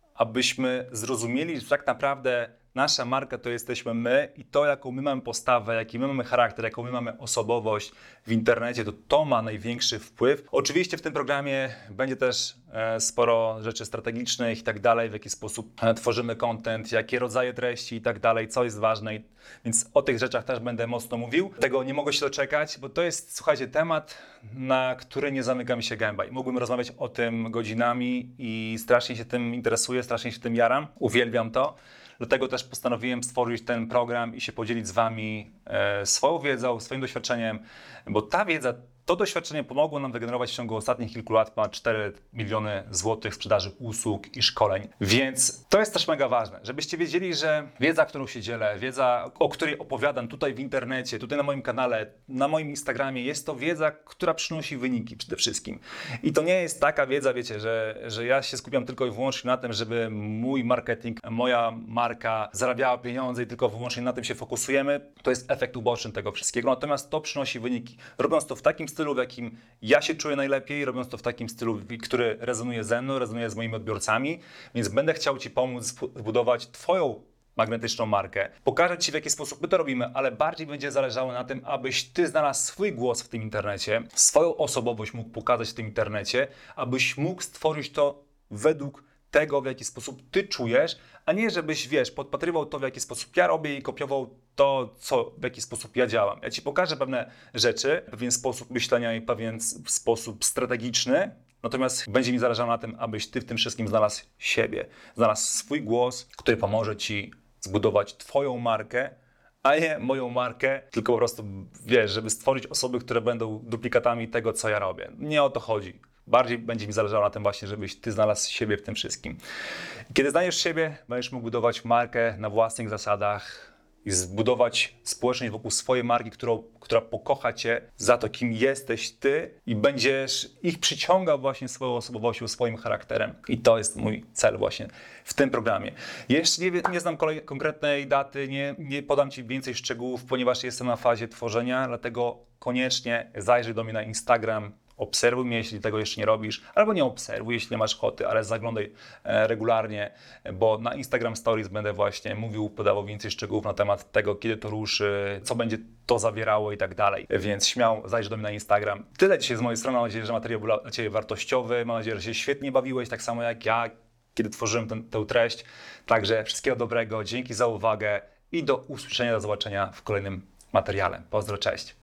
abyśmy zrozumieli, że tak naprawdę nasza marka to jesteśmy my i to, jaką my mamy postawę, jaki my mamy charakter, jaką my mamy osobowość w internecie, to to ma największy wpływ. Oczywiście w tym programie będzie też e, sporo rzeczy strategicznych i tak dalej, w jaki sposób e, tworzymy content, jakie rodzaje treści i tak dalej, co jest ważne, więc o tych rzeczach też będę mocno mówił. Tego nie mogę się doczekać, bo to jest, słuchajcie, temat, na który nie zamyka mi się gęba i mógłbym rozmawiać o tym godzinami i strasznie się tym interesuję, strasznie się tym jaram, uwielbiam to. Dlatego też postanowiłem stworzyć ten program i się podzielić z wami e, swoją wiedzą, swoim doświadczeniem, bo ta wiedza, to doświadczenie pomogło nam wygenerować w ciągu ostatnich kilku lat ponad cztery miliony złotych sprzedaży usług i szkoleń. Więc to jest też mega ważne, żebyście wiedzieli, że wiedza, którą się dzielę, wiedza, o której opowiadam tutaj w internecie, tutaj na moim kanale, na moim Instagramie, jest to wiedza, która przynosi wyniki przede wszystkim. I to nie jest taka wiedza, wiecie, że, że ja się skupiam tylko i wyłącznie na tym, żeby mój marketing, moja marka zarabiała pieniądze i tylko wyłącznie na tym się fokusujemy. To jest efekt uboczny tego wszystkiego, natomiast to przynosi wyniki. Robiąc to w takim stylu, w jakim ja się czuję najlepiej, robiąc to w takim stylu, który rezonuje ze mną, rezonuje z moimi odbiorcami, więc będę chciał ci pomóc zbudować twoją magnetyczną markę. Pokażę ci, w jaki sposób my to robimy, ale bardziej będzie zależało na tym, abyś ty znalazł swój głos w tym internecie, swoją osobowość mógł pokazać w tym internecie, abyś mógł stworzyć to według tego, w jaki sposób ty czujesz, a nie żebyś, wiesz, podpatrywał to, w jaki sposób ja robię i kopiował to, co, w jaki sposób ja działam. Ja ci pokażę pewne rzeczy, pewien sposób myślenia i pewien sposób strategiczny, natomiast będzie mi zależało na tym, abyś ty w tym wszystkim znalazł siebie, znalazł swój głos, który pomoże ci zbudować twoją markę, a nie moją markę, tylko po prostu, wiesz, żeby stworzyć osoby, które będą duplikatami tego, co ja robię. Nie o to chodzi. Bardziej będzie mi zależało na tym właśnie, żebyś ty znalazł siebie w tym wszystkim. Kiedy znajdziesz siebie, będziesz mógł budować markę na własnych zasadach i zbudować społeczność wokół swojej marki, którą, która pokocha cię za to, kim jesteś ty i będziesz ich przyciągał właśnie swoją osobowością, swoim charakterem. I to jest mój cel właśnie w tym programie. Jeszcze nie, nie znam kolej, konkretnej daty, nie, nie podam ci więcej szczegółów, ponieważ jestem na fazie tworzenia, dlatego koniecznie zajrzyj do mnie na Instagram, obserwuj mnie, jeśli tego jeszcze nie robisz, albo nie obserwuj, jeśli nie masz ochoty, ale zaglądaj regularnie, bo na Instagram Stories będę właśnie mówił, podawał więcej szczegółów na temat tego, kiedy to ruszy, co będzie to zawierało i tak dalej. Więc śmiało zajrzyj do mnie na Instagram. Tyle dzisiaj z mojej strony. Mam nadzieję, że materiał był dla Ciebie wartościowy. Mam nadzieję, że się świetnie bawiłeś, tak samo jak ja, kiedy tworzyłem ten, tę treść. Także wszystkiego dobrego, dzięki za uwagę i do usłyszenia, do zobaczenia w kolejnym materiale. Pozdro, cześć!